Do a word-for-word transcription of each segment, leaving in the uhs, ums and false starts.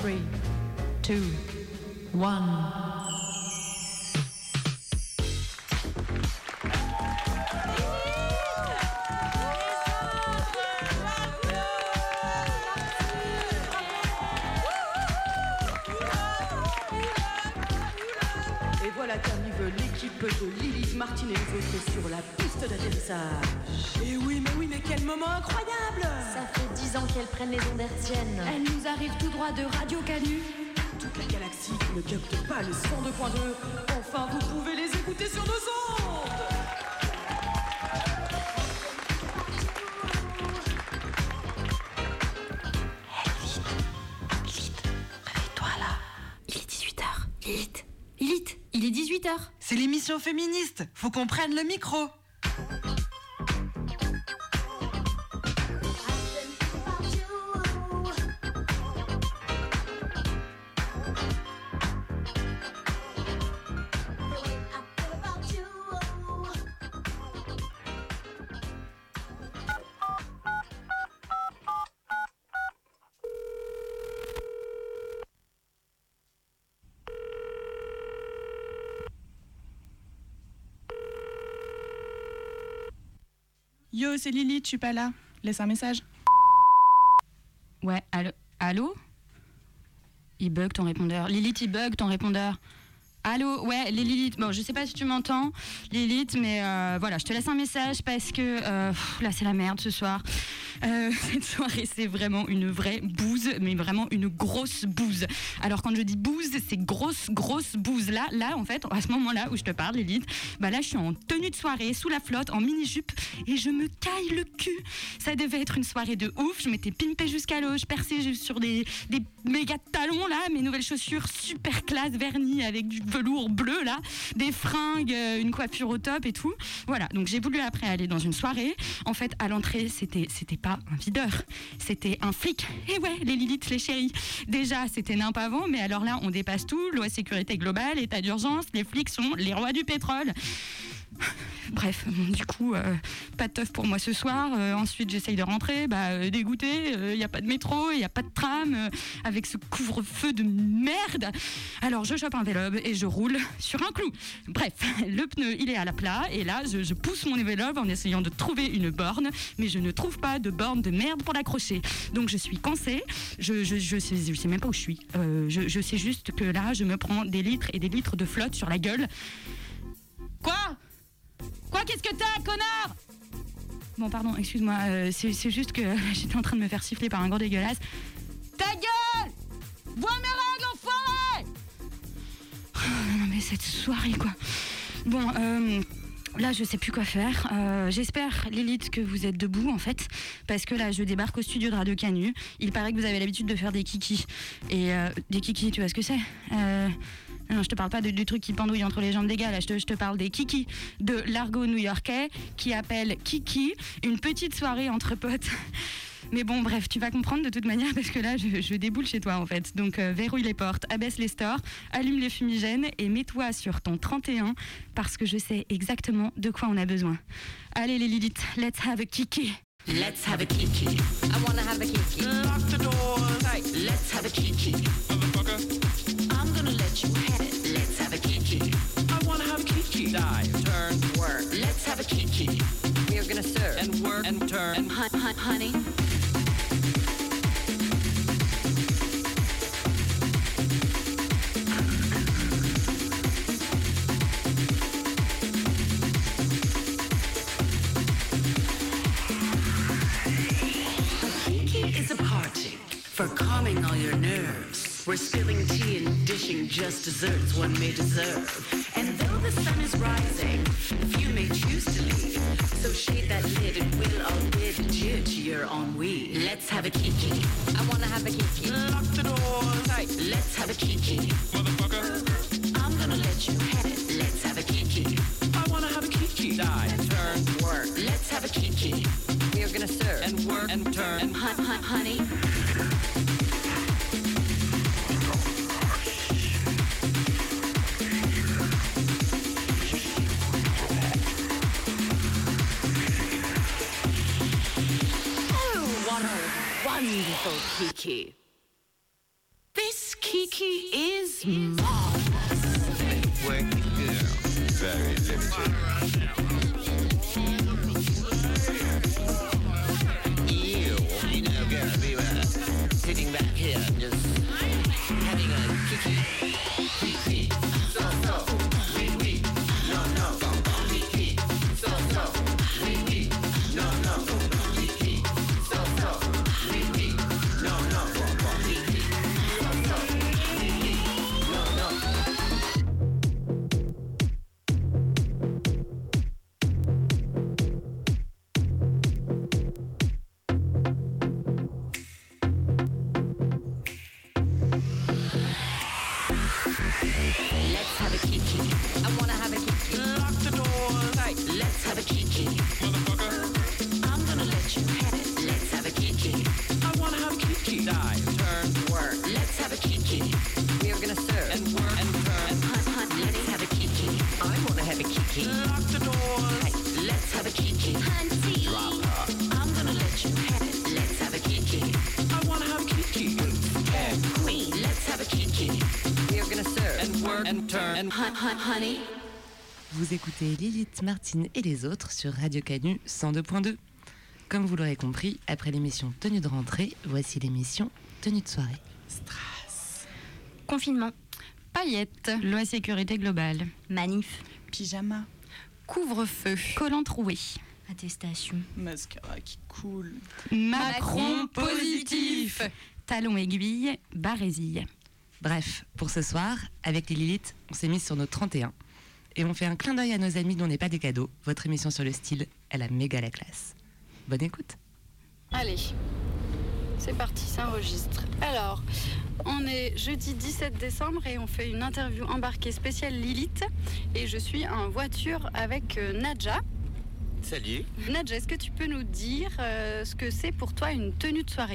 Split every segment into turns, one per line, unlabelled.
three, two, one.
Et voilà qu'arrive l'équipe de Lilith, Martine et les autres sur la piste d'atterrissage.
Et oui, mais oui, mais quel moment incroyable!
Ça fait dix ans qu'elles prennent les ondes hertziennes.
Elle nous arrive tout droit de Radio Canu.
Toute la galaxie qui ne capte pas les cent deux point deux. Enfin, vous pouvez les écouter sur nos ondes.
Réveille-toi là. Il est dix-huit heures. Lilith. Lilith, il est dix-huit heures.
C'est l'émission féministe. Faut qu'on prenne le micro.
Yo, c'est Lilith, je suis pas là. Laisse un message.
Ouais, allô, allô? Il bug ton répondeur. Lilith, il bug ton répondeur. Allô, ouais, les Lilith. Bon, je sais pas si tu m'entends, Lilith, mais euh, voilà, je te laisse un message parce que euh, pff, là, c'est la merde ce soir. Euh, cette soirée, c'est vraiment une vraie bouse, mais vraiment une grosse bouse. Alors, quand je dis bouse, c'est grosse, grosse bouse. Là, là, en fait, à ce moment-là où je te parle, Lilith, bah là, je suis en tenue de soirée, sous la flotte, en mini-jupe, et je me caille le cul. Ça devait être une soirée de ouf. Je m'étais pimpée jusqu'à l'eau, je perçais sur des, des méga talons, là, mes nouvelles chaussures super classe, vernis avec du velours bleu, là, des fringues, une coiffure au top et tout. Voilà, donc j'ai voulu après aller dans une soirée. En fait, à l'entrée, c'était, c'était pas un videur, c'était un flic. Et ouais, les Lilith, les chéris. Déjà, c'était nimp avant, mais alors là, on dépasse tout. Loi sécurité globale, état d'urgence, les flics sont les rois du pétrole. Bref, du coup, euh, pas de teuf pour moi ce soir. Euh, ensuite, j'essaye de rentrer, bah, euh, dégoûté. Il euh, n'y a pas de métro, il n'y a pas de tram, euh, avec ce couvre-feu de merde. Alors, je chope un vélo et je roule sur un clou. Bref, le pneu, il est à la plat. Et là, je, je pousse mon vélo en essayant de trouver une borne. Mais je ne trouve pas de borne de merde pour l'accrocher. Donc, je suis coincée. Je, je, je, sais, je sais même pas où je suis. Euh, je, je sais juste que là, je me prends des litres et des litres de flotte sur la gueule. Quoi ? Quoi, qu'est-ce que t'as, connard? Bon, pardon, excuse-moi, euh, c'est, c'est juste que j'étais en train de me faire siffler par un gros dégueulasse. Ta gueule! Bois mes règles, enfoiré! Oh, non, mais cette soirée, quoi. Bon, euh... là, je sais plus quoi faire. Euh, j'espère, Lilith, que vous êtes debout, en fait. Parce que là, je débarque au studio de Radio Canu. Il paraît que vous avez l'habitude de faire des kikis. Et euh, des kikis, tu vois ce que c'est? euh... Non, je te parle pas de, du truc qui pendouille entre les jambes des gars, là, je te, je te parle des kikis de l'argot new-yorkais qui appelle Kiki, une petite soirée entre potes. Mais bon, bref, tu vas comprendre de toute manière parce que là, je, je déboule chez toi en fait. Donc, euh, verrouille les portes, abaisse les stores, allume les fumigènes et mets-toi sur ton trente et un parce que je sais exactement de quoi on a besoin. Allez les Lilith, let's have a kiki.
Let's have a kiki. I wanna have a kiki.
Lock the doors.
Right. Let's have a kiki.
Motherfucker.
I'm gonna let you have it. Let's have a kiki.
I wanna have a kiki.
Dive,
turn,
work. Let's have a kiki. We're gonna serve
and work and turn
and hun- hun- honey.
It's a party for calming all your nerves. We're spilling tea and dishing just desserts one may deserve. And though the sun is rising, few may choose to leave. So shade that lid and we'll all bid adieu to your ennui.
Let's have a kiki. I wanna have a kiki.
Lock the doors.
Right. Let's have a kiki.
Motherfucker.
I'm gonna let you have it.
Let's have a kiki.
I wanna have a kiki.
Dive,
turn,
work. Let's have a kiki. We're gonna serve
and work and turn
and hun- hun- honey.
Oh, what a wonderful kiki. This Kiki is marvelous.
Working girl. Very limited. You, you know, girl, we were sitting back here just having a kiki. Kiki. So, so. Oui, oui. No, no. Kiki. So, so. Oui, oui. No, no. Kiki. So, so. Oui, oui. No, no. Kiki. So, so. Oui, oui. No, no.
Let's have a kiki. I wanna have a kiki.
Lock the doors.
Right, let's have a kiki.
Motherfucker.
I'm gonna let you have it. Let's have a kiki.
I wanna have a kiki. Dive, turn,
Work. Let's have a kiki. We are gonna serve.
and work and turn.
Hunt, hunt. Let's have a kiki. I wanna have a kiki.
Lock the doors.
Right, let's have a kiki. Hunty.
Drop her.
I'm gonna let you have it. Let's have a kiki.
I wanna have a kiki.
Queen. Let's have a kiki. We are gonna serve.
And work and turn. And
Hunt, hunt, honey.
Vous écoutez Lilith, Martine et les autres sur Radio Canu cent deux point deux. Comme vous l'aurez compris, après l'émission Tenue de rentrée, voici l'émission Tenue de soirée.
Strass.
Confinement. Paillettes. Loi sécurité globale.
Manif.
Pyjama.
Couvre-feu. Collant troué.
Attestation.
Mascara qui coule.
Macron positif. Talon aiguille. Barésille.
Bref, pour ce soir, avec les Lilith, on s'est mis sur nos trente et un et on fait un clin d'œil à nos amis dont n'est pas des cadeaux. Votre émission sur le style, elle a méga la classe. Bonne écoute.
Allez, c'est parti, ça enregistre. Alors, on est jeudi dix-sept décembre et on fait une interview embarquée spéciale Lilith. Et je suis en voiture avec euh, Nadja.
Salut.
Nadja, est-ce que tu peux nous dire euh, ce que c'est pour toi une tenue de soirée ?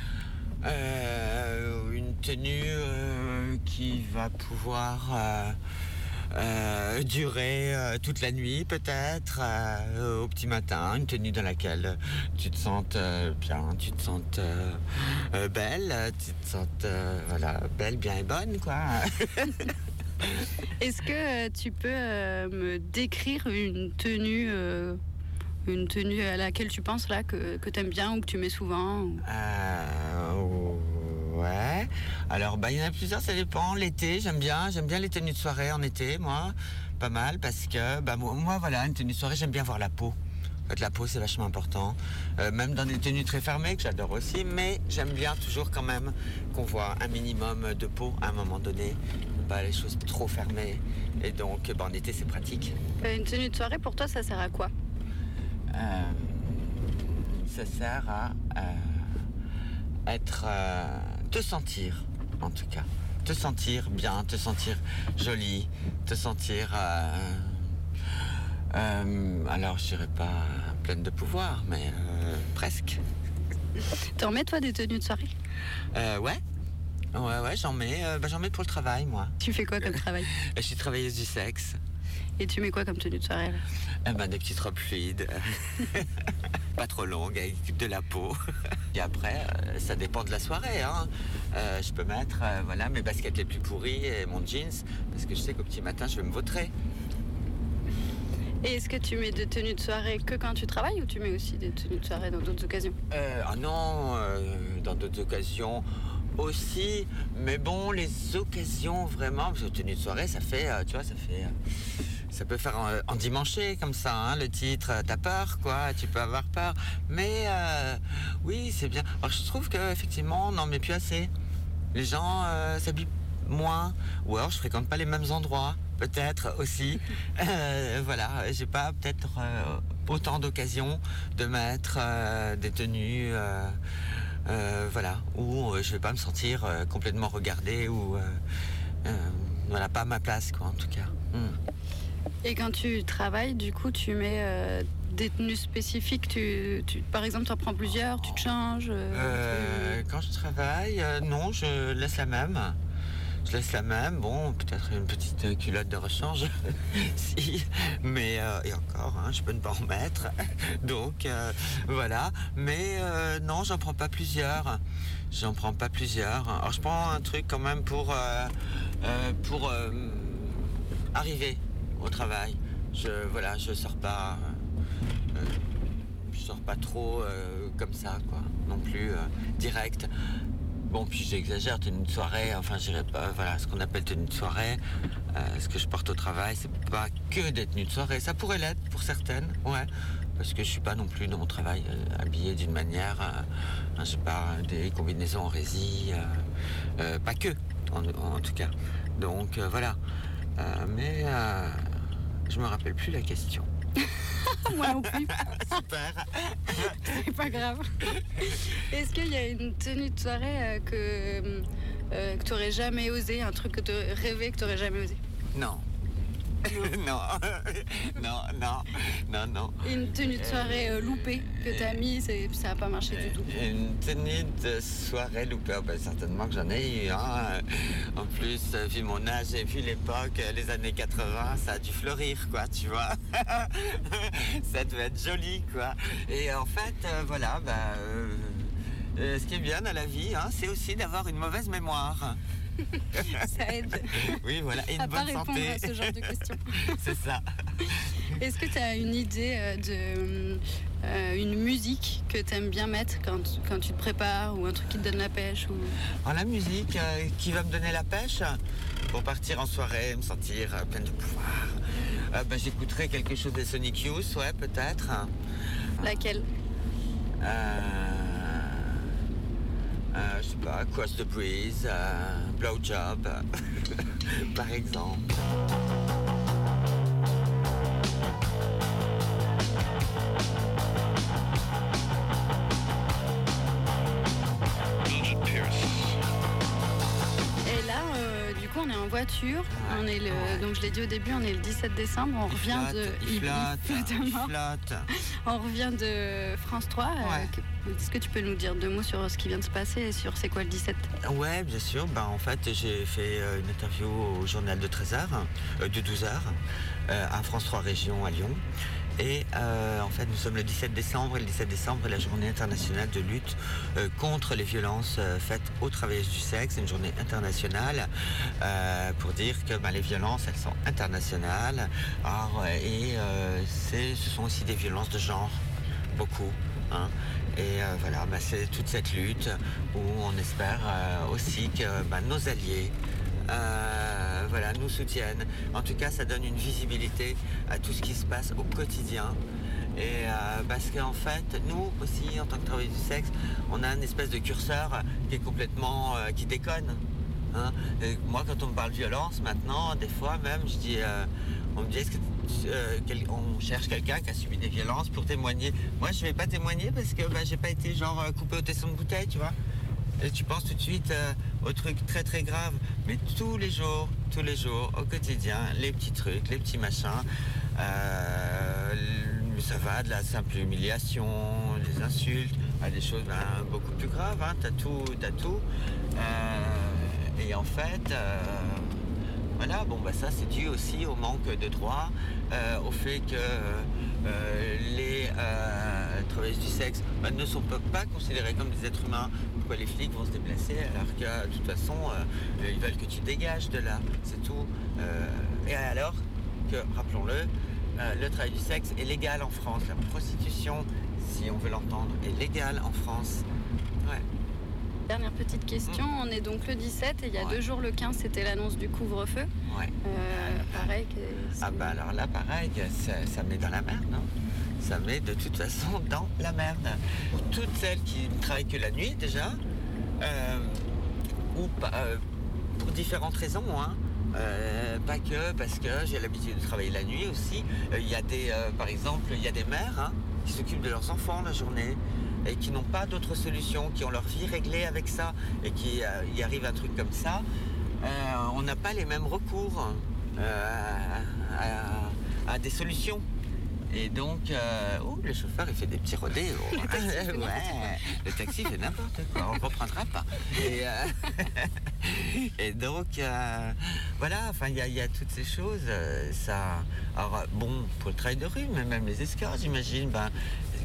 Euh, une tenue euh, qui va pouvoir euh, euh, durer euh, toute la nuit peut-être, euh, au petit matin, une tenue dans laquelle tu te sentes euh, bien, tu te sentes euh, euh, belle, tu te sentes euh, voilà, belle, bien et bonne quoi.
Est-ce que euh, tu peux euh, me décrire une tenue, euh, une tenue à laquelle tu penses là, que, que tu aimes bien ou que tu mets souvent ou...
Euh, ouais. Alors, bah, il y en a plusieurs, ça dépend. L'été, j'aime bien. J'aime bien les tenues de soirée en été, moi. Pas mal, parce que, bah, moi, moi, voilà, une tenue de soirée, j'aime bien voir la peau. En fait, la peau, c'est vachement important. Euh, même dans des tenues très fermées, que j'adore aussi, mais j'aime bien toujours quand même qu'on voit un minimum de peau à un moment donné. Pas les choses trop fermées. Et donc, bah, en été, c'est pratique.
Euh, Une tenue de soirée, pour toi, ça sert à quoi ?
Euh, ça sert à euh, être, euh, te sentir, en tout cas, te sentir bien, te sentir jolie, te sentir, euh, euh, alors je dirais pas pleine de pouvoir, mais euh, presque.
T'en mets toi des tenues de soirée ?
Euh, ouais. Ouais, ouais, j'en mets, euh, bah, j'en mets pour le travail, moi.
Tu fais quoi comme travail ?
Je suis travailleuse du sexe.
Et tu mets quoi comme tenue de soirée là ?
Eh ben, des petites robes fluides, pas trop longues, avec de la peau. Et après, euh, ça dépend de la soirée. Hein. Euh, je peux mettre euh, voilà, mes baskets les plus pourries et mon jeans, parce que je sais qu'au petit matin, je vais me vautrer.
Et est-ce que tu mets des tenues de soirée que quand tu travailles ou tu mets aussi des tenues de soirée dans d'autres occasions ?
euh, Ah non, euh, dans d'autres occasions aussi. Mais bon, les occasions vraiment, parce que tenue de soirée, ça fait, euh, tu vois, ça fait... Euh, Ça peut faire en, en dimanché comme ça, hein, le titre, t'as peur quoi, tu peux avoir peur. Mais euh, oui, c'est bien. Alors je trouve qu'effectivement, on n'en met plus assez. Les gens euh, s'habillent moins. Ou alors je fréquente pas les mêmes endroits, peut-être aussi. euh, voilà, j'ai pas peut-être euh, autant d'occasions de mettre euh, des tenues, euh, euh, voilà, où euh, je vais pas me sentir euh, complètement regardée ou euh, euh, voilà, pas à ma place quoi en tout cas. Mm.
Et quand tu travailles, du coup, tu mets euh, des tenues spécifiques. Tu, tu, par exemple, tu en prends plusieurs, tu te changes euh,
euh,
tu...
Quand je travaille, euh, non, je laisse la même. Je laisse la même. Bon, peut-être une petite culotte de rechange, si. Mais euh, et encore, hein, je peux ne pas en mettre. Donc euh, voilà. Mais euh, non, j'en prends pas plusieurs. J'en prends pas plusieurs. Alors je prends un truc quand même pour, euh, euh, pour euh, arriver au travail. Je voilà, je sors pas, euh, je sors pas trop euh, comme ça, quoi. Non plus euh, direct. Bon, puis j'exagère, tenue de soirée, enfin, j'irais pas, voilà, ce qu'on appelle tenue de soirée, euh, ce que je porte au travail, c'est pas que des tenues de soirée, ça pourrait l'être pour certaines, ouais, parce que je suis pas non plus dans mon travail euh, habillé d'une manière, euh, je sais pas, des combinaisons en rési, euh, euh, pas que, en, en tout cas. Donc, euh, voilà. Euh, mais euh, je me rappelle plus la question.
Moi non plus.
Super.
C'est pas grave. Est-ce qu'il y a une tenue de soirée euh, que, euh, que tu aurais jamais osé, un truc que tu rêvé que tu aurais jamais osé?
Non. non. non, non, non, non.
Une tenue de soirée euh, loupée que tu as mis, c'est, ça n'a pas marché du tout.
Une tenue de soirée loupée, oh ben, certainement que j'en ai eu. Hein. En plus, vu mon âge et vu l'époque, les années quatre-vingts, ça a dû fleurir, quoi, tu vois. Ça devait être joli, quoi. Et en fait, euh, voilà, bah, euh, euh, ce qui est bien dans la vie, hein, c'est aussi d'avoir une mauvaise mémoire.
Ça aide.
Oui, voilà, et une
à
bonne
pas répondre
santé.
à ce genre de questions.
C'est ça.
Est-ce que tu as une idée euh, de euh, une musique que tu aimes bien mettre quand, quand tu te prépares, ou un truc qui te donne la pêche ou...
Alors, la musique euh, qui va me donner la pêche pour partir en soirée, me sentir euh, pleine de pouvoir. Euh, bah, j'écouterai quelque chose des Sonic Youth, ouais, peut-être.
Laquelle?
euh, euh, Je sais pas, Cross the Breeze, euh, Blowjob, par exemple.
Et là, euh, du coup, on est en voiture. On est le, donc, je l'ai dit au début, on est le dix-sept décembre. On
Il
revient
flotte,
de.
il flotte,
flotte à
il
mort.
flotte.
On revient de France trois.
Ouais.
Euh, que- est-ce que tu peux nous dire deux mots sur ce qui vient de se passer et sur c'est quoi le dix-sept?
Ouais, bien sûr. Ben, en fait, j'ai fait euh, une interview au journal de treize heures, euh, de douze heures, euh, à France trois Région à Lyon. Et euh, en fait, nous sommes le dix-sept décembre, et le dix-sept décembre est la journée internationale de lutte euh, contre les violences euh, faites aux travailleuses du sexe. C'est une journée internationale euh, pour dire que ben, les violences, elles sont internationales. Alors, et euh, c'est, ce sont aussi des violences de genre, beaucoup. Hein. Et euh, voilà, ben, c'est toute cette lutte où on espère euh, aussi que ben, nos alliés Euh, voilà, nous soutiennent. En tout cas, ça donne une visibilité à tout ce qui se passe au quotidien. Et euh, parce qu'en fait, nous aussi, en tant que travailleurs du sexe, on a une espèce de curseur qui est complètement, euh, qui déconne. Hein. Et moi, quand on me parle violence, maintenant, des fois même, je dis, euh, on me dit, est-ce que euh, quel, on cherche quelqu'un qui a subi des violences pour témoigner. Moi, je vais pas témoigner parce que bah, j'ai pas été genre coupé au tesson de bouteille, tu vois. Et tu penses tout de suite euh, aux trucs très très graves. Mais tous les jours, tous les jours, au quotidien, les petits trucs, les petits machins, euh, ça va de la simple humiliation, des insultes, à des choses ben, beaucoup plus graves. Hein. T'as tout, t'as tout. Euh, et en fait, euh, voilà, bon bah ça c'est dû aussi au manque de droits, euh, au fait que euh, les euh, travailleuses du sexe bah, ne sont pas, pas considérées comme des êtres humains. Pourquoi les flics vont se déplacer alors que de toute façon euh, ils veulent que tu dégages de là, c'est tout. Euh, et alors que, rappelons-le, euh, le travail du sexe est légal en France. La prostitution, si on veut l'entendre, est légale en France. Ouais.
Dernière petite question, mmh. On est donc le dix-sept et il y a ouais. deux jours, le quinze, c'était l'annonce du couvre-feu.
Ouais.
Euh, pareil. Que
ah bah alors là, pareil, ça, ça met dans la merde, non? Ça met de toute façon dans la merde. Toutes celles qui ne travaillent que la nuit déjà, euh, ou pas, euh, pour différentes raisons, hein. Euh, pas que parce que j'ai l'habitude de travailler la nuit aussi. Il euh, y a des, euh, par exemple, il y a des mères hein, qui s'occupent de leurs enfants la journée et qui n'ont pas d'autre solution, qui ont leur vie réglée avec ça et qui euh, y arrive un truc comme ça. Euh, on n'a pas les mêmes recours euh, à, à, à des solutions. Et donc, euh, oh, le chauffeur, il fait des petits rodéos.
Le taxi fait
ouais, le taxi fait n'importe quoi, on ne comprendra pas. Et, euh, et donc, euh, voilà, enfin, il y, y a toutes ces choses. Euh, ça, alors, bon, pour le travail de rue, mais même les escorts, j'imagine, ben,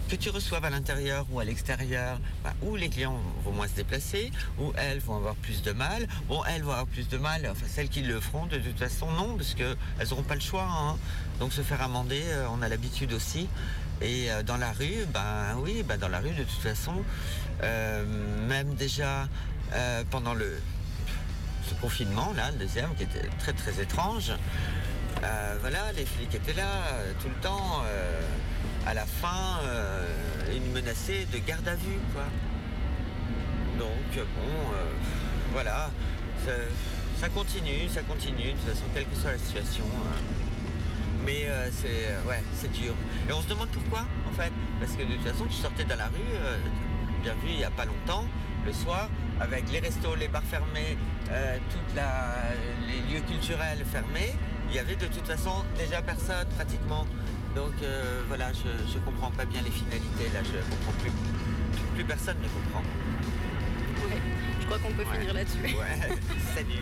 que tu reçoives à l'intérieur ou à l'extérieur, bah, ou les clients vont moins se déplacer, ou elles vont avoir plus de mal. Bon, elles vont avoir plus de mal, enfin celles qui le feront, de toute façon non, parce qu'elles n'auront pas le choix. Hein. Donc se faire amender, euh, on a l'habitude aussi. Et euh, dans la rue, ben oui, ben, dans la rue de toute façon, euh, même déjà euh, pendant le, ce confinement, là, le deuxième, qui était très très étrange, euh, voilà, les flics étaient là euh, tout le temps. Euh, à la fin, euh, ils me menaçaient de garde à vue, quoi. Donc, bon, euh, voilà, ça, ça continue, ça continue, de toute façon, quelle que soit la situation. Euh, mais euh, c'est, ouais, c'est dur. Et on se demande pourquoi, en fait, parce que de toute façon, tu sortais dans la rue, euh, bien vu, il n'y a pas longtemps, le soir, avec les restos, les bars fermés, euh, toute la, les lieux culturels fermés, il y avait de toute façon déjà personne, pratiquement. Donc euh, voilà, je ne comprends pas bien les finalités, là, je comprends plus. Plus personne ne comprend.
Ouais, je crois qu'on peut
ouais.
finir là-dessus.
Ouais, salut.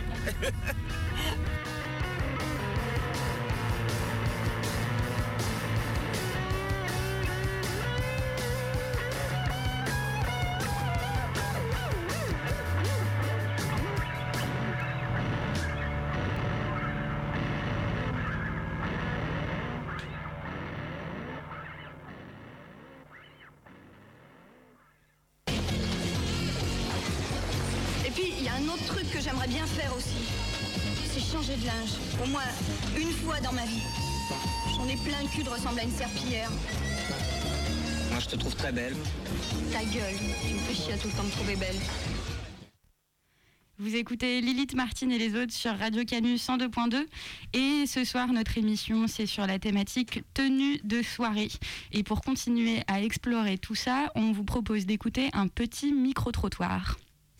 J'aimerais bien faire aussi, c'est changer de linge, au moins une fois dans ma vie. J'en ai plein le cul de ressembler à une serpillière.
Moi je te trouve très belle.
Ta gueule, tu me fais chier à tout le temps me trouver belle.
Vous écoutez Lilith, Martine et les autres sur Radio Canu cent deux point deux et ce soir notre émission c'est sur la thématique tenue de soirée. Et pour continuer à explorer tout ça, on vous propose d'écouter un petit micro-trottoir.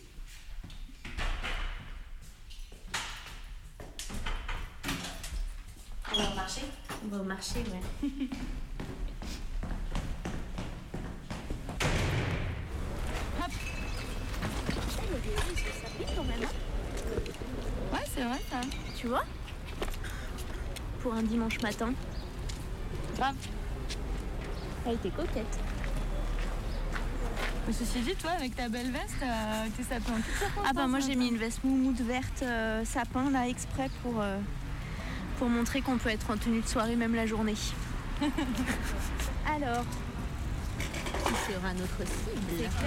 On va au marché ? On va au marché, ouais.
Hop.
Ça pique quand même, hein ?
Ouais, c'est vrai ça.
Tu vois ? Pour un dimanche matin.
Grave.
Elle était coquette.
Mais ceci dit, toi, avec ta belle veste, euh, t'es sapin en toute circonstance.
Ah bah moi j'ai mis une veste moumoute verte euh, sapin là exprès pour... Euh... pour montrer qu'on peut être en tenue de soirée même la journée. Alors, qui sera notre cible ? C'est clair.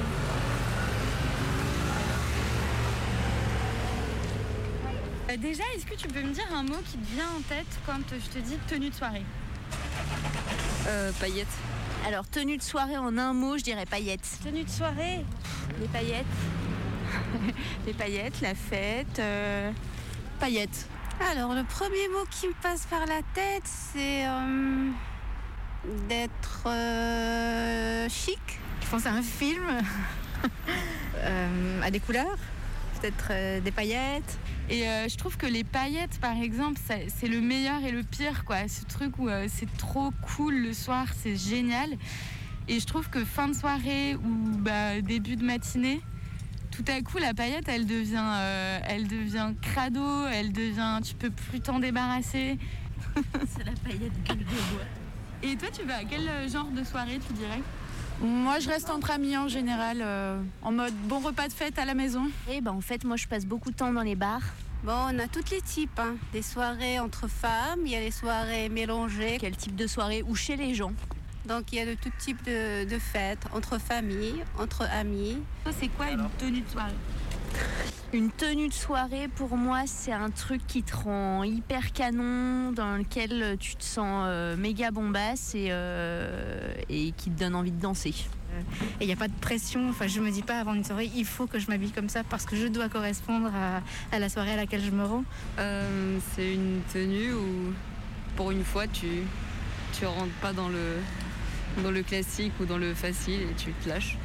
Euh, déjà, est-ce que tu peux me dire un mot qui te vient en tête quand je te dis tenue de soirée ?
Euh, paillettes. Alors, tenue de soirée en un mot, je dirais paillettes.
Tenue de soirée ?
Les paillettes. Les paillettes, la fête, euh... paillettes.
Alors, le premier mot qui me passe par la tête, c'est euh, d'être euh, chic. Je pense à un film, euh, à des couleurs, peut-être euh, des paillettes.
Et euh, je trouve que les paillettes, par exemple, ça, c'est le meilleur et le pire, quoi. Ce truc où euh, c'est trop cool le soir, c'est génial. Et je trouve que fin de soirée ou bah, début de matinée, tout à coup, la paillette, elle devient, euh, elle devient crado, elle devient, tu peux plus t'en débarrasser.
C'est la paillette gueule de bois.
Et toi, tu vas à quel genre de soirée, tu dirais ?
Moi, je reste entre amis en général, euh, en mode bon repas de fête à la maison.
Et ben en fait, moi, je passe beaucoup de temps dans les bars.
Bon, on a tous les types, hein. Des soirées entre femmes, il y a les soirées mélangées.
Quel type de soirée ? Ou chez les gens.
Donc il y a de tout type de, de fêtes, entre familles, entre amis.
C'est quoi une tenue de soirée ?
Une tenue de soirée, pour moi, c'est un truc qui te rend hyper canon, dans lequel tu te sens euh, méga bombasse et, euh, et qui te donne envie de danser.
Et il n'y a pas de pression, enfin je me dis pas avant une soirée, il faut que je m'habille comme ça parce que je dois correspondre à, à la soirée à laquelle je me rends.
Euh, c'est une tenue où, pour une fois, tu tu rentres pas dans le, dans le classique ou dans le facile et tu te lâches.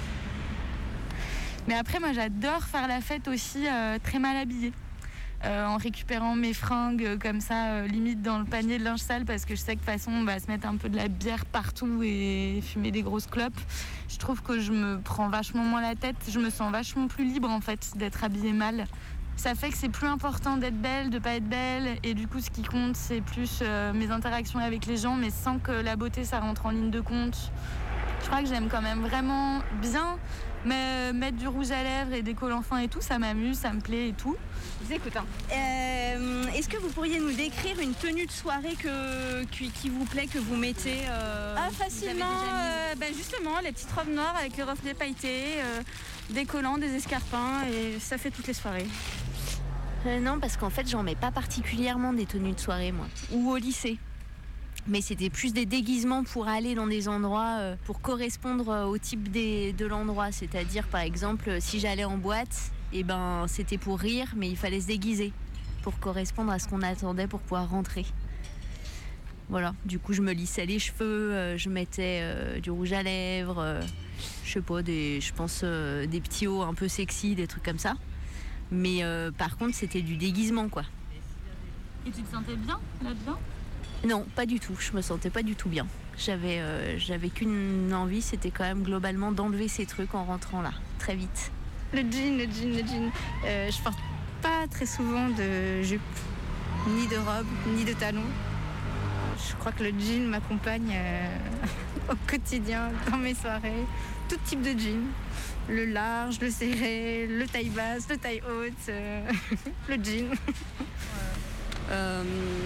Mais après, moi, j'adore faire la fête aussi euh, très mal habillée. Euh, en récupérant mes fringues euh, comme ça, euh, limite dans le panier de linge sale, parce que je sais que de toute façon, on va se mettre un peu de la bière partout et fumer des grosses clopes. Je trouve que je me prends vachement moins la tête. Je me sens vachement plus libre, en fait, d'être habillée mal. Ça fait que c'est plus important d'être belle, de pas être belle. Et du coup, ce qui compte, c'est plus euh, mes interactions avec les gens, mais sans que la beauté, ça rentre en ligne de compte.
crois que j'aime quand même vraiment bien mais mettre du rouge à lèvres et des collants fins et tout, ça m'amuse, ça me plaît et tout.
Je vous écoute. Hein. Euh, est-ce que vous pourriez nous décrire une tenue de soirée que, qui, qui vous plaît, que vous mettez euh,
Ah, facilement, euh, ben justement, les petites robes noires avec les reflets pailletés, euh, des collants, des escarpins, et ça fait toutes les soirées.
Euh, non, parce qu'en fait, j'en mets pas particulièrement des tenues de soirée, moi. Ou au lycée. Mais c'était plus des déguisements pour aller dans des endroits, euh, pour correspondre euh, au type des, de l'endroit. C'est-à-dire, par exemple, si j'allais en boîte, eh ben, c'était pour rire, mais il fallait se déguiser pour correspondre à ce qu'on attendait pour pouvoir rentrer. Voilà, du coup, je me lissais les cheveux, euh, je mettais euh, du rouge à lèvres, euh, je sais pas, des, je pense euh, des petits hauts un peu sexy, des trucs comme ça. Mais euh, par contre, c'était du déguisement, quoi.
Et tu te sentais bien là-dedans ?
Non, pas du tout. Je me sentais pas du tout bien. J'avais, euh, j'avais qu'une envie, c'était quand même globalement d'enlever ces trucs en rentrant là, très vite.
Le jean, le jean, le jean. Euh, je porte pas très souvent de jupe, ni de robe, ni de talons. Je crois que le jean m'accompagne euh, au quotidien, dans mes soirées. Tout type de jean. Le large, le serré, le taille basse, le taille haute, euh, le jean.
Euh,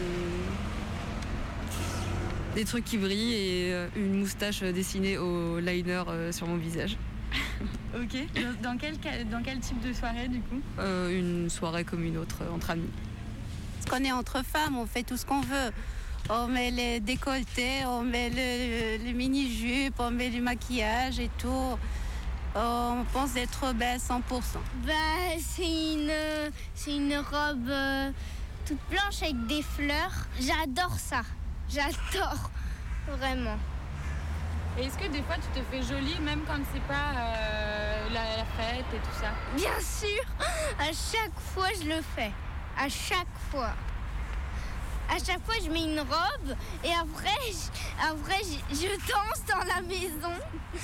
des trucs qui brillent et euh, une moustache dessinée au liner euh, sur mon visage.
Ok. Dans, dans, quel, dans quel type de soirée du coup ?
euh, Une soirée comme une autre, euh, entre amis.
Parce qu'on est entre femmes, on fait tout ce qu'on veut. On met les décolletés, on met le, le mini-jupe, on met du maquillage et tout. On pense être belle cent pour cent.
Bah, c'est une, c'est une robe euh, toute blanche avec des fleurs. J'adore ça. J'adore. Vraiment.
Et est-ce que des fois tu te fais jolie même quand c'est pas euh, la, la fête et tout ça ?
Bien sûr. À chaque fois je le fais. À chaque fois. À chaque fois je mets une robe et après, je, après je, je danse dans la maison.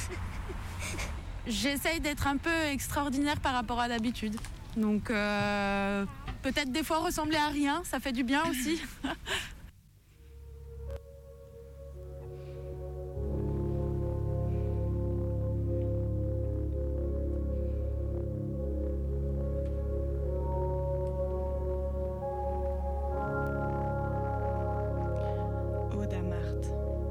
J'essaye d'être un peu extraordinaire par rapport à d'habitude. Donc euh, peut-être des fois ressembler à rien, ça fait du bien aussi.
Ode à Marthe.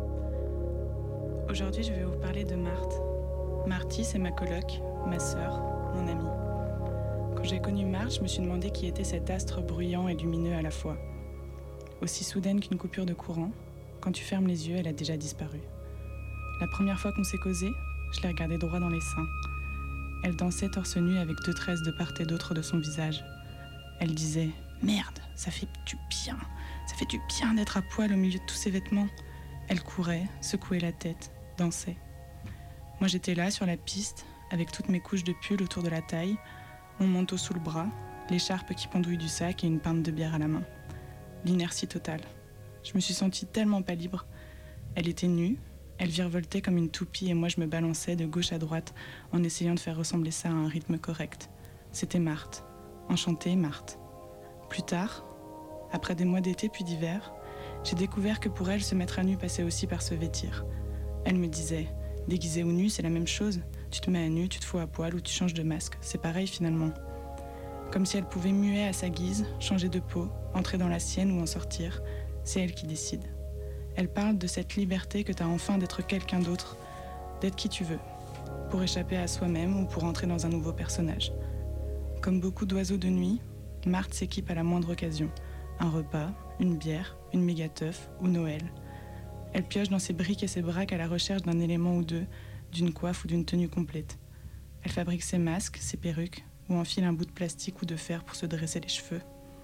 Aujourd'hui, je vais vous parler de Marthe. Marty, c'est ma coloc, ma sœur, mon amie. Quand j'ai connu Marthe, je me suis demandé qui était cet astre bruyant et lumineux à la fois. Aussi soudaine qu'une coupure de courant, quand tu fermes les yeux, elle a déjà disparu. La première fois qu'on s'est causé, je l'ai regardée droit dans les seins. Elle dansait torse nu avec deux tresses de part et d'autre de son visage. Elle disait « Merde, ça fait du bien, ça fait du bien d'être à poil au milieu de tous ces vêtements. » Elle courait, secouait la tête, dansait. Moi j'étais là sur la piste, avec toutes mes couches de pull autour de la taille, mon manteau sous le bras, l'écharpe qui pendouille du sac et une pinte de bière à la main. L'inertie totale. Je me suis sentie tellement pas libre. Elle était nue, elle virevoltait comme une toupie et moi je me balançais de gauche à droite en essayant de faire ressembler ça à un rythme correct. C'était Marthe. Enchantée, Marthe. Plus tard, après des mois d'été puis d'hiver, j'ai découvert que pour elle, se mettre à nu passait aussi par se vêtir. Elle me disait « Déguisé ou nu, c'est la même chose. Tu te mets à nu, tu te fous à poil ou tu changes de masque. C'est pareil finalement. » Comme si elle pouvait muer à sa guise, changer de peau, entrer dans la sienne ou en sortir. C'est elle qui décide. Elle parle de cette liberté que t'as enfin d'être quelqu'un d'autre, d'être qui tu veux, pour échapper à soi-même ou pour entrer dans un nouveau personnage. Comme beaucoup d'oiseaux de nuit, Marthe s'équipe à la moindre occasion. Un repas, une bière, une méga teuf ou Noël. Elle pioche dans ses briques et ses braques à la recherche d'un élément ou deux, d'une coiffe ou d'une tenue complète. Elle fabrique ses masques, ses perruques, ou enfile un bout de plastique ou de fer pour se dresser les cheveux.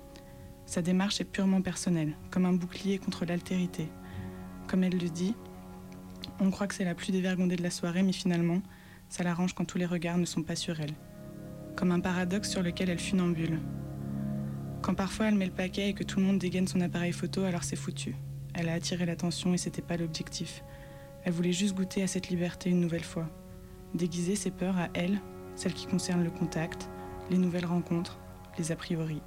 Sa démarche est purement personnelle, comme un bouclier contre l'altérité. Comme elle le dit, on croit que c'est la plus dévergondée de la soirée, mais finalement, ça l'arrange quand tous les regards ne sont pas sur elle. Comme un paradoxe sur lequel elle funambule. Quand parfois elle met le paquet et que tout le monde dégaine son appareil photo, alors c'est foutu. Elle a attiré l'attention et c'était pas l'objectif. Elle voulait juste goûter à cette liberté une nouvelle fois. Déguiser ses peurs à elle, celles qui concernent le contact, les nouvelles rencontres, les a priori.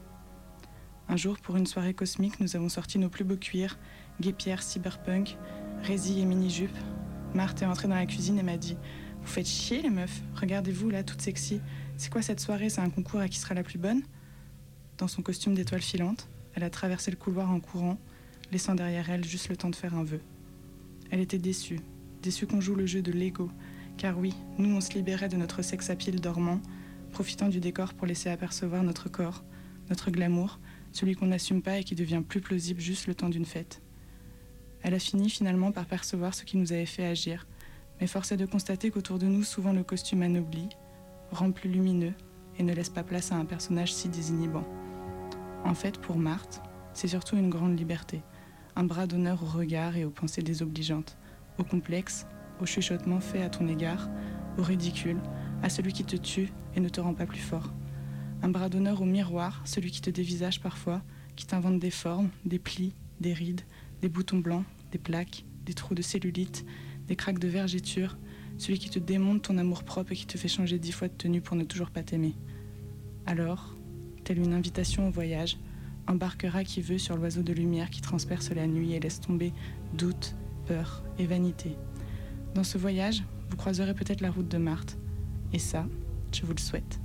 Un jour, pour une soirée cosmique, nous avons sorti nos plus beaux cuirs, guêpières, cyberpunk, résille et mini-jupe, Marthe est entrée dans la cuisine et m'a dit « Vous faites chier les meufs, regardez-vous là, toutes sexy. C'est quoi cette soirée, c'est un concours à qui sera la plus bonne ?» Dans son costume d'étoile filante, elle a traversé le couloir en courant, laissant derrière elle juste le temps de faire un vœu. Elle était déçue, déçue qu'on joue le jeu de l'ego, car oui, nous on se libérait de notre sex appeal dormant, profitant du décor pour laisser apercevoir notre corps, notre glamour, celui qu'on n'assume pas et qui devient plus plausible juste le temps d'une fête. Elle a fini finalement par percevoir ce qui nous avait fait agir, mais force est de constater qu'autour de nous, souvent le costume anoblit, rend plus lumineux et ne laisse pas place à un personnage si désinhibant. En fait, pour Marthe, c'est surtout une grande liberté, un bras d'honneur au regard et aux pensées désobligeantes, au complexe, au chuchotement fait à ton égard, au ridicule, à celui qui te tue et ne te rend pas plus fort. Un bras d'honneur au miroir, celui qui te dévisage parfois, qui t'invente des formes, des plis, des rides, des boutons blancs, des plaques, des trous de cellulite, des craques de vergéture, celui qui te démonte ton amour-propre et qui te fait changer dix fois de tenue pour ne toujours pas t'aimer. Alors, telle une invitation au voyage, embarquera qui veut sur l'oiseau de lumière qui transperce la nuit et laisse tomber doute, peur et vanité. Dans ce voyage, vous croiserez peut-être la route de Marthe. Et ça, je vous le souhaite.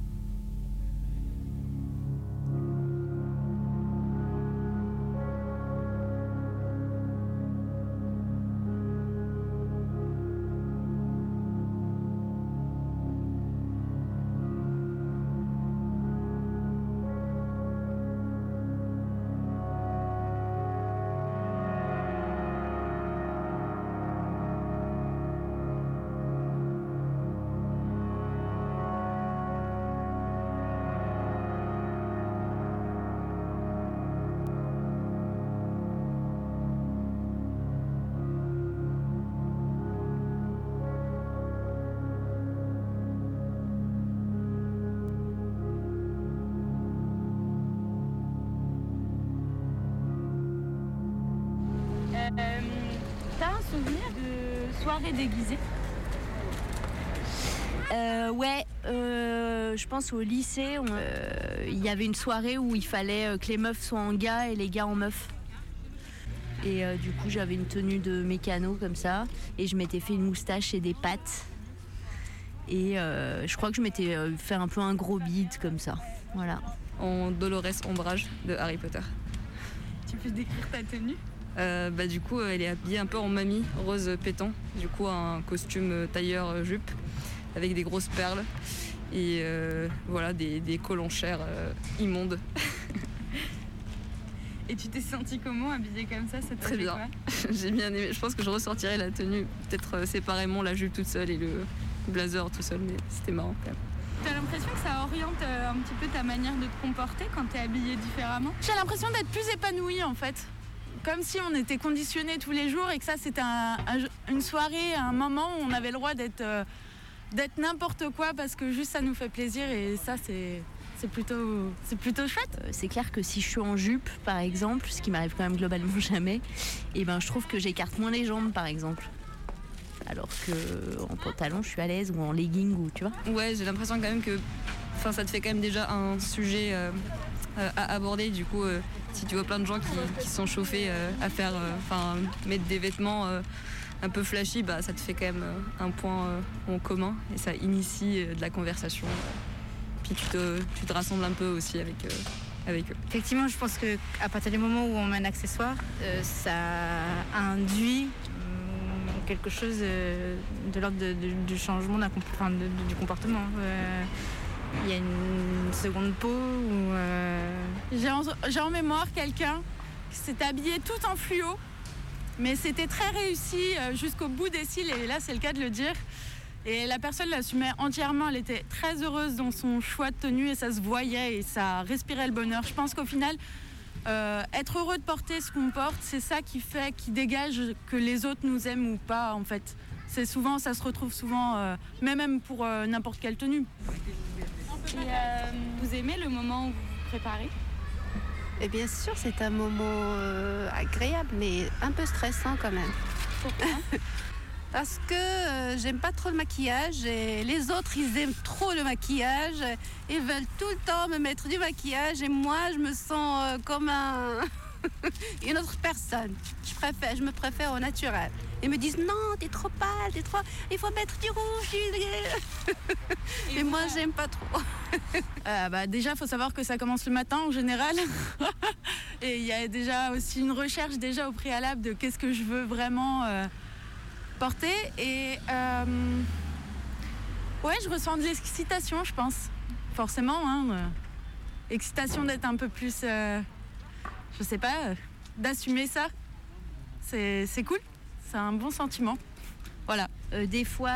Euh, T'as un souvenir de soirée déguisée?
Euh, ouais, euh, je pense au lycée, il euh, y avait une soirée où il fallait que les meufs soient en gars et les gars en meufs. Et euh, du coup, j'avais une tenue de mécano comme ça, et je m'étais fait une moustache et des pattes. Et euh, je crois que je m'étais fait un peu un gros bide comme ça, voilà.
En Dolores Ombrage de Harry Potter.
Tu peux décrire ta tenue?
Euh, bah, du coup, elle est habillée un peu en mamie, rose pétant. Du coup, un costume tailleur jupe avec des grosses perles et euh, voilà, des, des colonchères euh, immondes.
Et tu t'es sentie comment habillée comme ça? Ça
Très bien. J'ai bien aimé. Je pense que je ressortirais la tenue, peut-être séparément, la jupe toute seule et le blazer tout seul, mais c'était marrant quand même.
T'as l'impression que ça oriente un petit peu ta manière de te comporter quand t'es habillée différemment? J'ai l'impression d'être plus épanouie en fait. Comme si on était conditionnés tous les jours et que ça c'était un, un, une soirée, un moment où on avait le droit d'être euh, d'être n'importe quoi parce que juste ça nous fait plaisir et ça c'est, c'est, plutôt, c'est plutôt chouette.
Euh, c'est clair que si je suis en jupe par exemple, ce qui m'arrive quand même globalement jamais, et ben, je trouve que j'écarte moins les jambes par exemple. Alors qu'en pantalon je suis à l'aise ou en legging ou tu vois.
Ouais, j'ai l'impression quand même que enfin, ça te fait quand même déjà un sujet euh, euh, à aborder. Du coup, euh, si tu vois plein de gens qui, qui sont chauffés euh, à faire, enfin euh, mettre des vêtements euh, un peu flashy, bah, ça te fait quand même euh, un point euh, en commun et ça initie euh, de la conversation. Euh. Puis tu te, tu te rassembles un peu aussi avec, euh, avec eux.
Effectivement, je pense qu'à partir du moment où on met un accessoire, euh, ça induit quelque chose euh, de l'ordre de, de, du changement d'un, enfin, de, de, du comportement. Euh, il y a une seconde peau où... Euh...
J'ai, en, j'ai en mémoire quelqu'un qui s'est habillé tout en fluo, mais c'était très réussi euh, jusqu'au bout des cils, et là c'est le cas de le dire. Et la personne l'assumait entièrement, elle était très heureuse dans son choix de tenue et ça se voyait et ça respirait le bonheur. Je pense qu'au final, Euh, être heureux de porter ce qu'on porte, c'est ça qui fait, qui dégage que les autres nous aiment ou pas en fait. C'est souvent, ça se retrouve souvent, euh, mais même pour euh, n'importe quelle tenue.
Et euh, vous aimez le moment où vous vous préparez?
Et bien sûr, c'est un moment euh, agréable, mais un peu stressant quand même.
Pourquoi?
Parce que euh, j'aime pas trop le maquillage et les autres ils aiment trop le maquillage, ils veulent tout le temps me mettre du maquillage et moi je me sens euh, comme un
une autre personne. Je préfère, je me préfère au naturel. Ils me disent non, t'es trop pâle, t'es trop. Il faut mettre du rouge. Du... Et, Et moi, j'aime pas trop. euh, bah, déjà, il faut savoir que ça commence le matin en général. Et il y a déjà aussi une recherche déjà au préalable de qu'est-ce que je veux vraiment euh, porter. Et euh, ouais, je ressens de l'excitation, je pense. Forcément, hein. Euh, excitation d'être un peu plus, euh, je sais pas, euh, d'assumer ça. C'est, c'est cool. C'est un bon sentiment. Voilà.
Euh, des fois,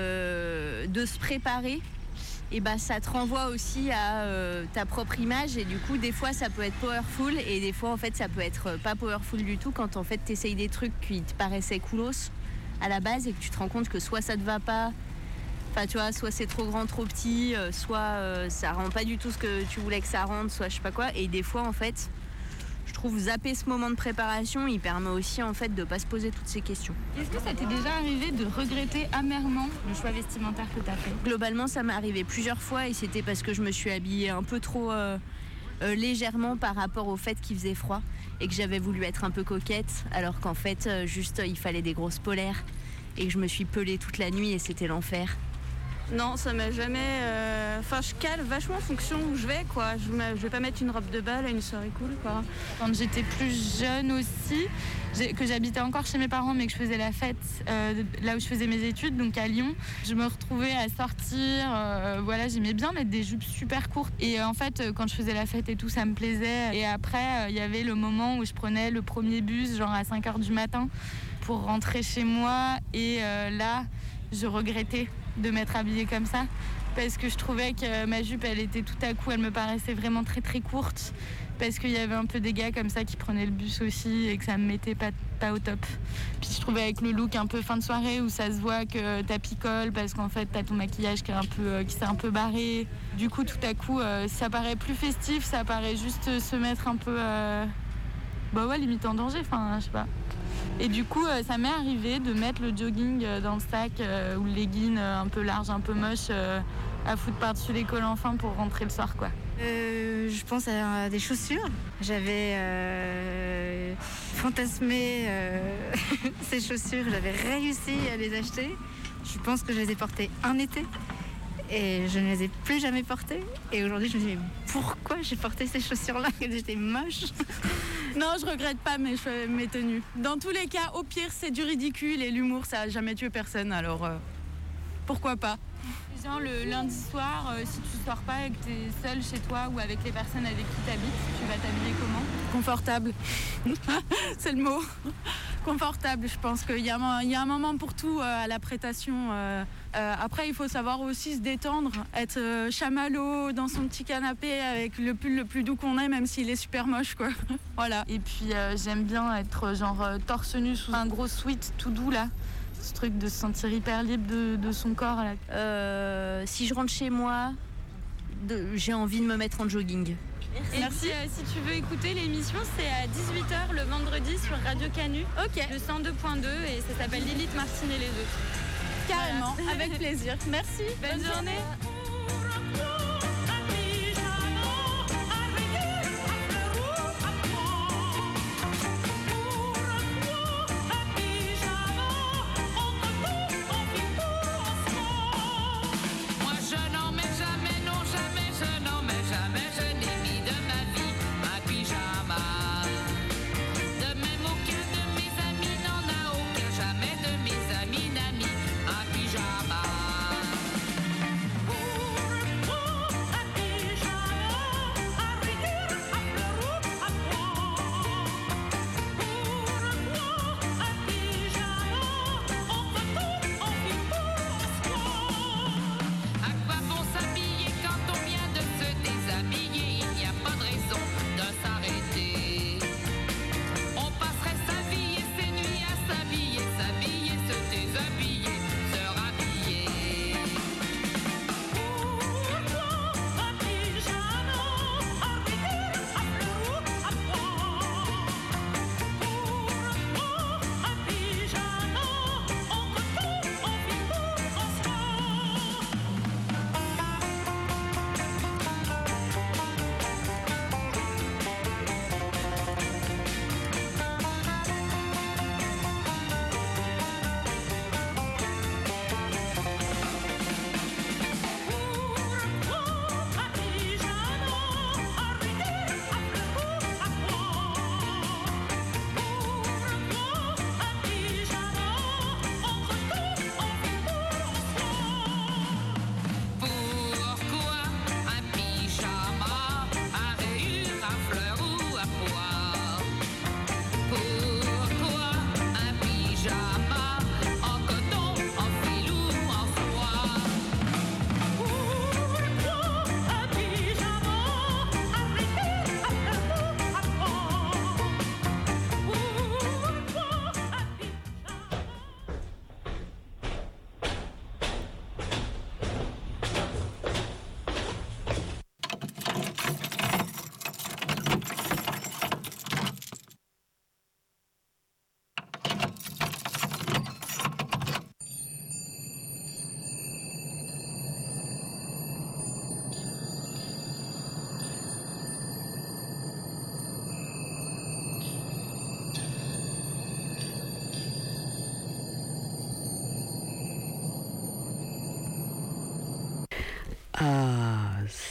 euh, de se préparer, et bah, ça te renvoie aussi à euh, ta propre image. Et du coup, des fois, ça peut être powerful. Et des fois, en fait, ça peut être pas powerful du tout quand en fait, tu essayes des trucs qui te paraissaient coolos à la base et que tu te rends compte que soit ça te va pas, enfin, tu vois, soit c'est trop grand, trop petit, euh, soit euh, ça rend pas du tout ce que tu voulais que ça rende, soit je sais pas quoi. Et des fois, en fait, je trouve zapper ce moment de préparation, il permet aussi en fait de pas se poser toutes ces questions.
Est-ce que ça t'est déjà arrivé de regretter amèrement le choix vestimentaire que t'as fait ?
Globalement, ça m'est arrivé plusieurs fois et c'était parce que je me suis habillée un peu trop euh, euh, légèrement par rapport au fait qu'il faisait froid et que j'avais voulu être un peu coquette alors qu'en fait, euh, juste il fallait des grosses polaires et que je me suis pelée toute la nuit et c'était l'enfer.
Non, ça m'a jamais... euh, Enfin, je cale vachement en fonction où je vais, quoi. Je, me... je vais pas mettre une robe de bal à une soirée cool, quoi.
Quand j'étais plus jeune aussi, j'ai... que j'habitais encore chez mes parents, mais que je faisais la fête euh, là où je faisais mes études, donc à Lyon, je me retrouvais à sortir. Euh, voilà, j'aimais bien mettre des jupes super courtes. Et euh, en fait, quand je faisais la fête et tout, ça me plaisait. Et après, il euh, y avait le moment où je prenais le premier bus, genre à cinq heures du matin, pour rentrer chez moi. Et euh, là, je regrettais de m'être habillée comme ça parce que je trouvais que ma jupe elle était tout à coup, elle me paraissait vraiment très très courte parce qu'il y avait un peu des gars comme ça qui prenaient le bus aussi et que ça me mettait pas, pas au top. Puis je trouvais avec le look un peu fin de soirée où ça se voit que t'as picole parce qu'en fait t'as ton maquillage qui est un peu, euh, qui s'est un peu barré. Du coup tout à coup euh, ça paraît plus festif, ça paraît juste se mettre un peu euh, bah ouais limite en danger, enfin je sais pas. Et du coup, euh, ça m'est arrivé de mettre le jogging euh, dans le sac euh, ou le legging euh, un peu large, un peu moche, euh, à foutre par-dessus les collants fins pour rentrer le soir, quoi.
Euh, je pense à des chaussures. J'avais euh, fantasmé euh, ces chaussures, j'avais réussi à les acheter. Je pense que je les ai portées un été et je ne les ai plus jamais portées. Et aujourd'hui, je me dis, mais pourquoi j'ai porté ces chaussures-là quand j'étais moche ?
Non, je regrette pas mes, mes tenues. Dans tous les cas, au pire, c'est du ridicule et l'humour, ça a jamais tué personne, alors euh, pourquoi pas.
Genre le lundi soir, euh, si tu sors pas et que t'es seule chez toi ou avec les personnes avec qui t'habites, tu vas t'habiller comment ?
Confortable. C'est le mot. Confortable, je pense qu'il y, y a un moment pour tout euh, à la prétation. Euh, euh, après, il faut savoir aussi se détendre, être euh, chamallow dans son petit canapé avec le pull le plus doux qu'on ait, même s'il est super moche, quoi. Voilà. Et puis, euh, j'aime bien être genre euh, torse nu sous un gros sweat tout doux, là. Ce truc de se sentir hyper libre de, de son corps. Là.
Euh, si je rentre chez moi, de, j'ai envie de me mettre en jogging.
Et Merci. Si, euh, si tu veux écouter l'émission, c'est à dix-huit heures le vendredi sur Radio Canu,
okay.
Le cent deux point deux, et ça s'appelle Lilith, Martine et les autres.
Carrément, voilà. Avec plaisir. Merci.
Bonne, Bonne journée. journée.
Jamais de mes amis n'amis, un pyjama.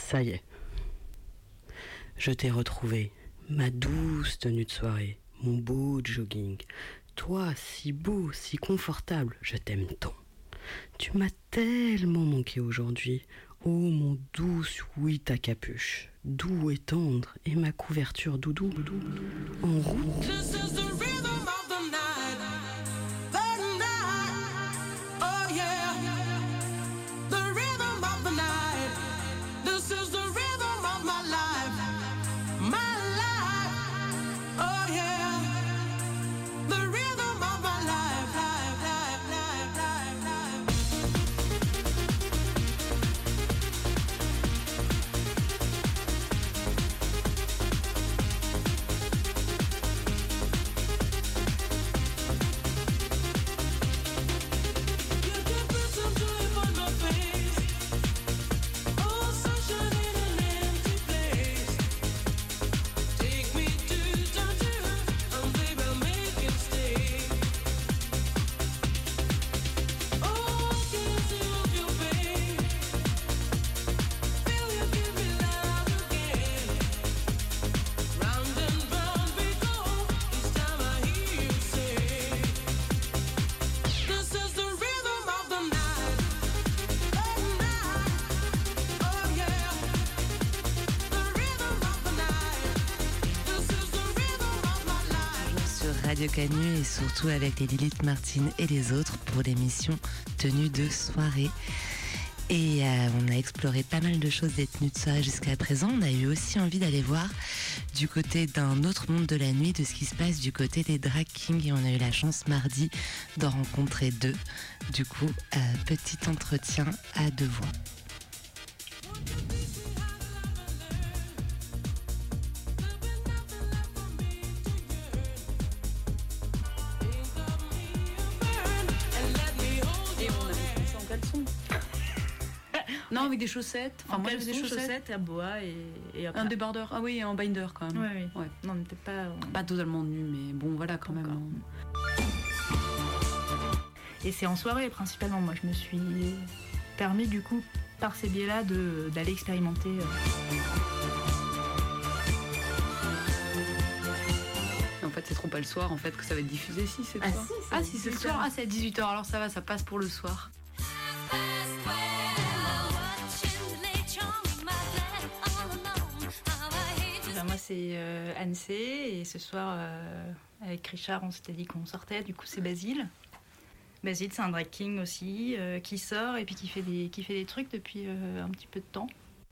Ça y est. Je t'ai retrouvé, ma douce tenue de soirée, mon beau jogging. Toi, si beau, si confortable, je t'aime tant. Tu m'as tellement manqué aujourd'hui. Oh mon doux, oui ta capuche, doux et tendre, et ma couverture doudou, doudou, en route.
Radio Canu et surtout avec les Lilith Martine et les autres pour l'émission Tenue de soirée. Et euh, on a exploré pas mal de choses des tenues de soirée jusqu'à présent. On a eu aussi envie d'aller voir du côté d'un autre monde de la nuit, de ce qui se passe du côté des drag kings. Et on a eu la chance mardi d'en rencontrer deux. Du coup, euh, petit entretien à deux voix.
Non, avec des chaussettes. Enfin, moi, j'avais des chaussettes,
chaussettes à bois et, et
un débardeur. Ah oui, en binder quand même.
Oui, oui.
Ouais.
Non, on n'était pas. On...
Pas totalement nu, mais bon, voilà quand même.
Et c'est en soirée principalement. Moi, je me suis permis du coup, par ces biais-là, de, d'aller expérimenter.
En fait, c'est trop pas le soir en fait que ça va être diffusé. Si, c'est le
ah,
soir.
Si,
ah, si, c'est le soir. Ah, c'est à dix-huit heures. Alors ça va, ça passe pour le soir.
Moi c'est euh, Anne C et ce soir euh, avec Richard on s'était dit qu'on sortait, du coup c'est Basile. Basile c'est un drag king aussi euh, qui sort et puis qui fait des, qui fait des trucs depuis euh, un petit peu de temps.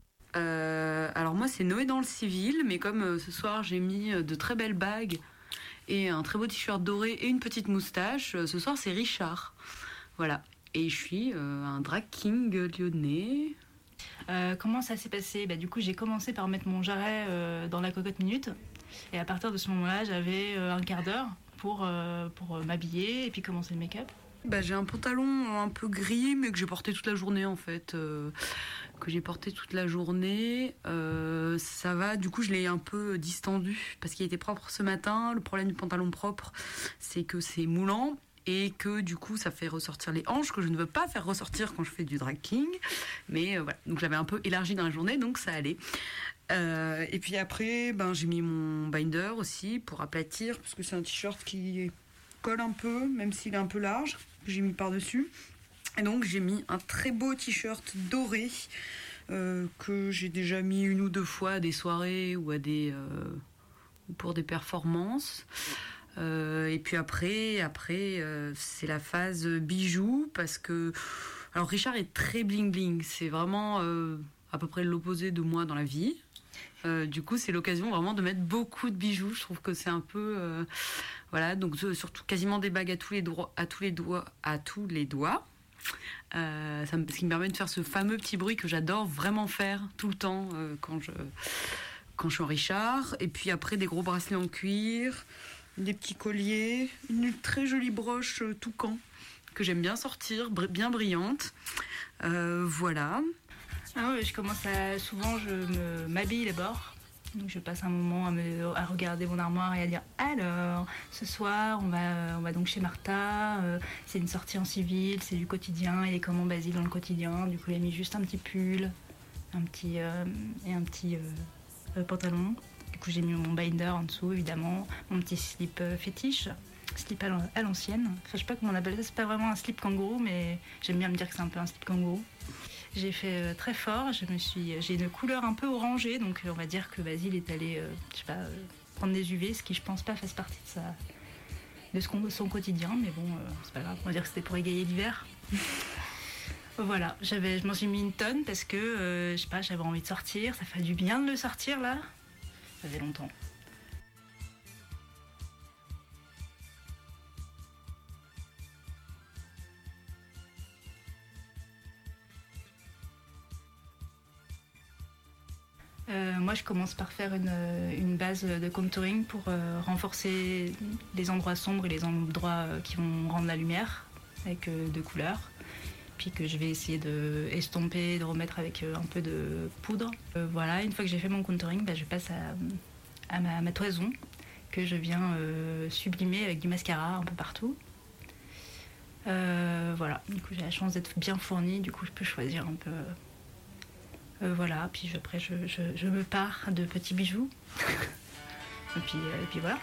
Euh, alors moi c'est Noé dans le civil, mais comme euh, ce soir j'ai mis de très belles bagues et un très beau t-shirt doré et une petite moustache, euh, ce soir c'est Richard. Voilà, et je suis euh, un drag king lyonnais.
Euh, comment ça s'est passé ? Bah, du coup, j'ai commencé par mettre mon jarret euh, dans la cocotte minute. Et à partir de ce moment-là, j'avais euh, un quart d'heure pour, euh, pour m'habiller et puis commencer le make-up.
Bah, j'ai un pantalon un peu gris, mais que j'ai porté toute la journée, en fait. Euh, que j'ai porté toute la journée. Euh, ça va, du coup, je l'ai un peu distendu parce qu'il était propre ce matin. Le problème du pantalon propre, c'est que c'est moulant. Et que du coup ça fait ressortir les hanches que je ne veux pas faire ressortir quand je fais du drag king, mais euh, voilà, donc j'avais un peu élargi dans la journée, donc ça allait. Euh, et puis après ben, j'ai mis mon binder aussi pour aplatir, parce que c'est un t-shirt qui colle un peu, même s'il est un peu large, que j'ai mis par dessus. Et donc j'ai mis un très beau t-shirt doré euh, que j'ai déjà mis une ou deux fois à des soirées ou à des euh, pour des performances. Euh, et puis après, après euh, c'est la phase bijoux, parce que alors Richard est très bling bling, c'est vraiment euh, à peu près l'opposé de moi dans la vie. Euh, du coup, c'est l'occasion vraiment de mettre beaucoup de bijoux. Je trouve que c'est un peu euh, voilà, donc euh, surtout quasiment des bagues à tous les doigts, à tous les doigts, à tous les doigts. Euh, ça me, ce qui me permet de faire ce fameux petit bruit que j'adore vraiment faire tout le temps euh, quand je quand je suis en Richard. Et puis après des gros bracelets en cuir. Des petits colliers, une très jolie broche euh, toucan que j'aime bien sortir, br- bien brillante. Euh, voilà.
Ah ouais, je commence à souvent je me m'habille d'abord. Donc je passe un moment à, me, à regarder mon armoire et à dire alors ce soir on va on va donc chez Martha. Euh, c'est une sortie en civil, c'est du quotidien. Il est comment Basile dans le quotidien. Du coup il a mis juste un petit pull un petit, euh, et un petit euh, pantalon. Du coup, j'ai mis mon binder en dessous, évidemment, mon petit slip euh, fétiche, slip à l'ancienne. Enfin, je sais pas comment on appelle ça, c'est pas vraiment un slip kangourou, mais j'aime bien me dire que c'est un peu un slip kangourou. J'ai fait euh, très fort, je me suis, j'ai une couleur un peu orangée, donc euh, on va dire que Basile est allé, euh, je sais pas, euh, prendre des U V, ce qui je pense pas fasse partie de, sa, de ce qu'on, son quotidien, mais bon, euh, c'est pas grave, on va dire que c'était pour égayer l'hiver. Voilà, j'avais, je m'en suis mis une tonne parce que, euh, je sais pas, j'avais envie de sortir, ça fait du bien de le sortir là, ça faisait longtemps. Euh, moi, je commence par faire une, une base de contouring pour euh, renforcer les endroits sombres et les endroits euh, qui vont rendre la lumière avec euh, deux couleurs. Puis que je vais essayer de estomper, de remettre avec euh, un peu de poudre. Euh, voilà, une fois que j'ai fait mon contouring, bah, je passe à, à ma, ma toison que je viens euh, sublimer avec du mascara un peu partout. Euh, voilà, du coup j'ai la chance d'être bien fournie, du coup je peux choisir un peu. Euh, voilà, puis je, après je, je, je me pars de petits bijoux. et, puis, euh, et puis voilà.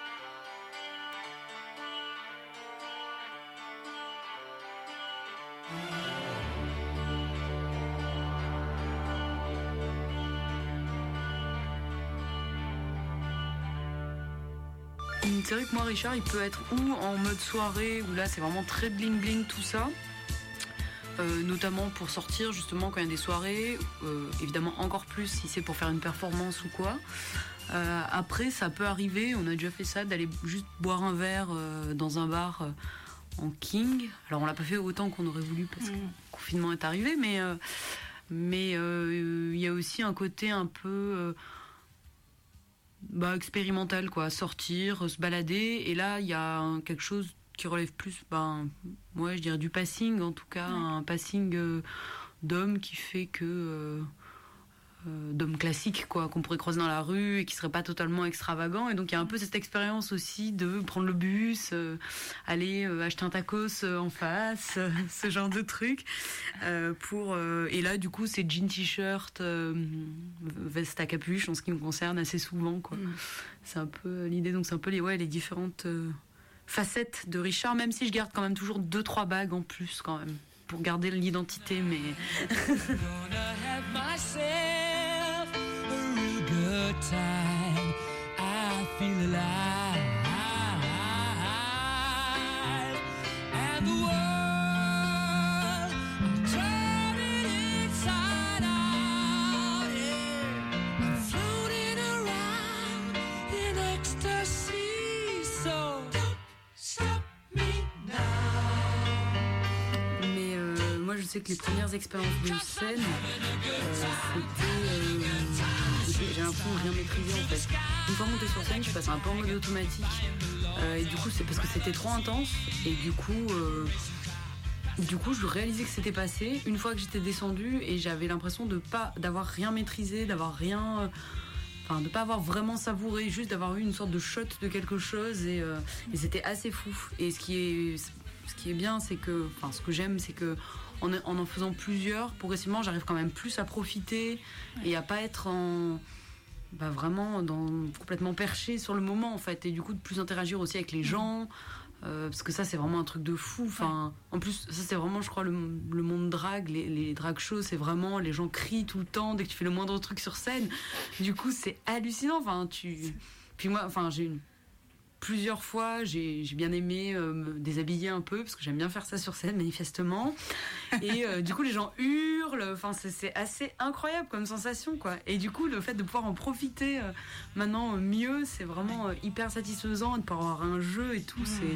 C'est vrai que moi, Richard, il peut être ou en mode soirée, où là c'est vraiment très bling bling tout ça. Euh, notamment pour sortir justement quand il y a des soirées, euh, évidemment encore plus si c'est pour faire une performance ou quoi. Euh, après ça peut arriver, on a déjà fait ça, d'aller juste boire un verre euh, dans un bar euh, en king. Alors on l'a pas fait autant qu'on aurait voulu parce que le confinement est arrivé, mais euh, mais il euh, y a aussi un côté un peu euh, bah, expérimental quoi, sortir, se balader, et là il y a un, quelque chose qui relève plus, ben, ouais, je dirais du passing, en tout cas, ouais. Un passing euh, d'homme qui fait que euh, euh, d'homme classique, quoi, qu'on pourrait croiser dans la rue et qui serait pas totalement extravagant. Et donc il y a un peu cette expérience aussi de prendre le bus, euh, aller euh, acheter un tacos euh, en face, euh, ce genre de truc. Euh, pour euh, et là, du coup, c'est jean t-shirt, euh, veste à capuche, en ce qui me concerne, assez souvent, quoi. Mm. C'est un peu l'idée. Donc c'est un peu les, ouais, les différentes euh, facettes de Richard, même si je garde quand même toujours deux trois bagues en plus quand même pour garder l'identité, mais je sais que les premières expériences de scène, euh, c'était. Euh, j'ai l'impression de rien maîtriser en fait. Une fois montée sur scène, je passais un peu en mode automatique. Euh, et du coup, c'est parce que c'était trop intense. Et du coup, euh, du coup, je réalisais que c'était passé une fois que j'étais descendue, et j'avais l'impression de pas, d'avoir rien maîtrisé, d'avoir rien. Enfin, de pas avoir vraiment savouré, juste d'avoir eu une sorte de shot de quelque chose. Et, euh, et c'était assez fou. Et ce qui est, ce qui est bien, c'est que. Enfin, ce que j'aime, c'est que. En, en en faisant plusieurs, progressivement, j'arrive quand même plus à profiter et à pas être en, bah vraiment dans, complètement perché sur le moment en fait, et du coup de plus interagir aussi avec les gens, euh, parce que ça c'est vraiment un truc de fou. Enfin, en plus ça c'est vraiment, je crois, le, le monde drag, les, les drag shows, c'est vraiment les gens crient tout le temps dès que tu fais le moindre truc sur scène. Du coup c'est hallucinant. Enfin tu, puis moi, enfin j'ai une plusieurs fois, j'ai, j'ai bien aimé euh, me déshabiller un peu, parce que j'aime bien faire ça sur scène, manifestement. Et euh, du coup, les gens hurlent. Enfin, c'est, c'est assez incroyable comme sensation, quoi. Et du coup, le fait de pouvoir en profiter euh, maintenant euh, mieux, c'est vraiment euh, hyper satisfaisant. De pouvoir avoir un jeu et tout, mmh. c'est...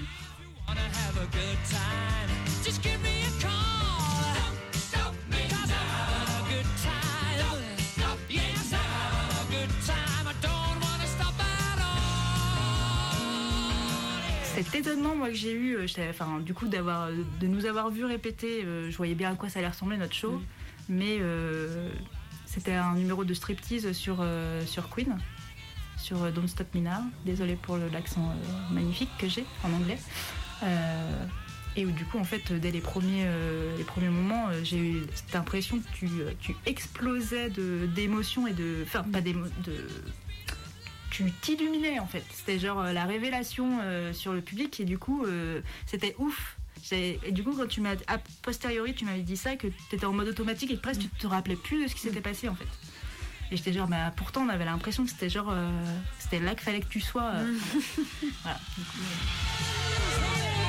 Cet étonnement, moi, que j'ai eu, enfin, du coup, d'avoir, de nous avoir vu répéter, euh, je voyais bien à quoi ça allait ressembler notre show, mmh. mais euh, c'était un numéro de striptease sur, euh, sur Queen, sur Don't Stop Me Now. Désolée pour l'accent euh, magnifique que j'ai en anglais. Euh, Et où du coup, en fait, dès les premiers, euh, les premiers moments, euh, j'ai eu cette impression que tu, tu explosais de, d'émotions et de... Enfin, pas d'émo... de... Tu t'illuminais, en fait. C'était genre euh, la révélation euh, sur le public et du coup, euh, c'était ouf. J'ai... Et du coup, quand tu m'as... A posteriori, tu m'avais dit ça, que tu étais en mode automatique et que presque tu te rappelais plus de ce qui s'était passé, en fait. Et j'étais genre, bah, pourtant, on avait l'impression que c'était genre... Euh, c'était là qu'il fallait que tu sois. Euh... voilà. Du coup, euh...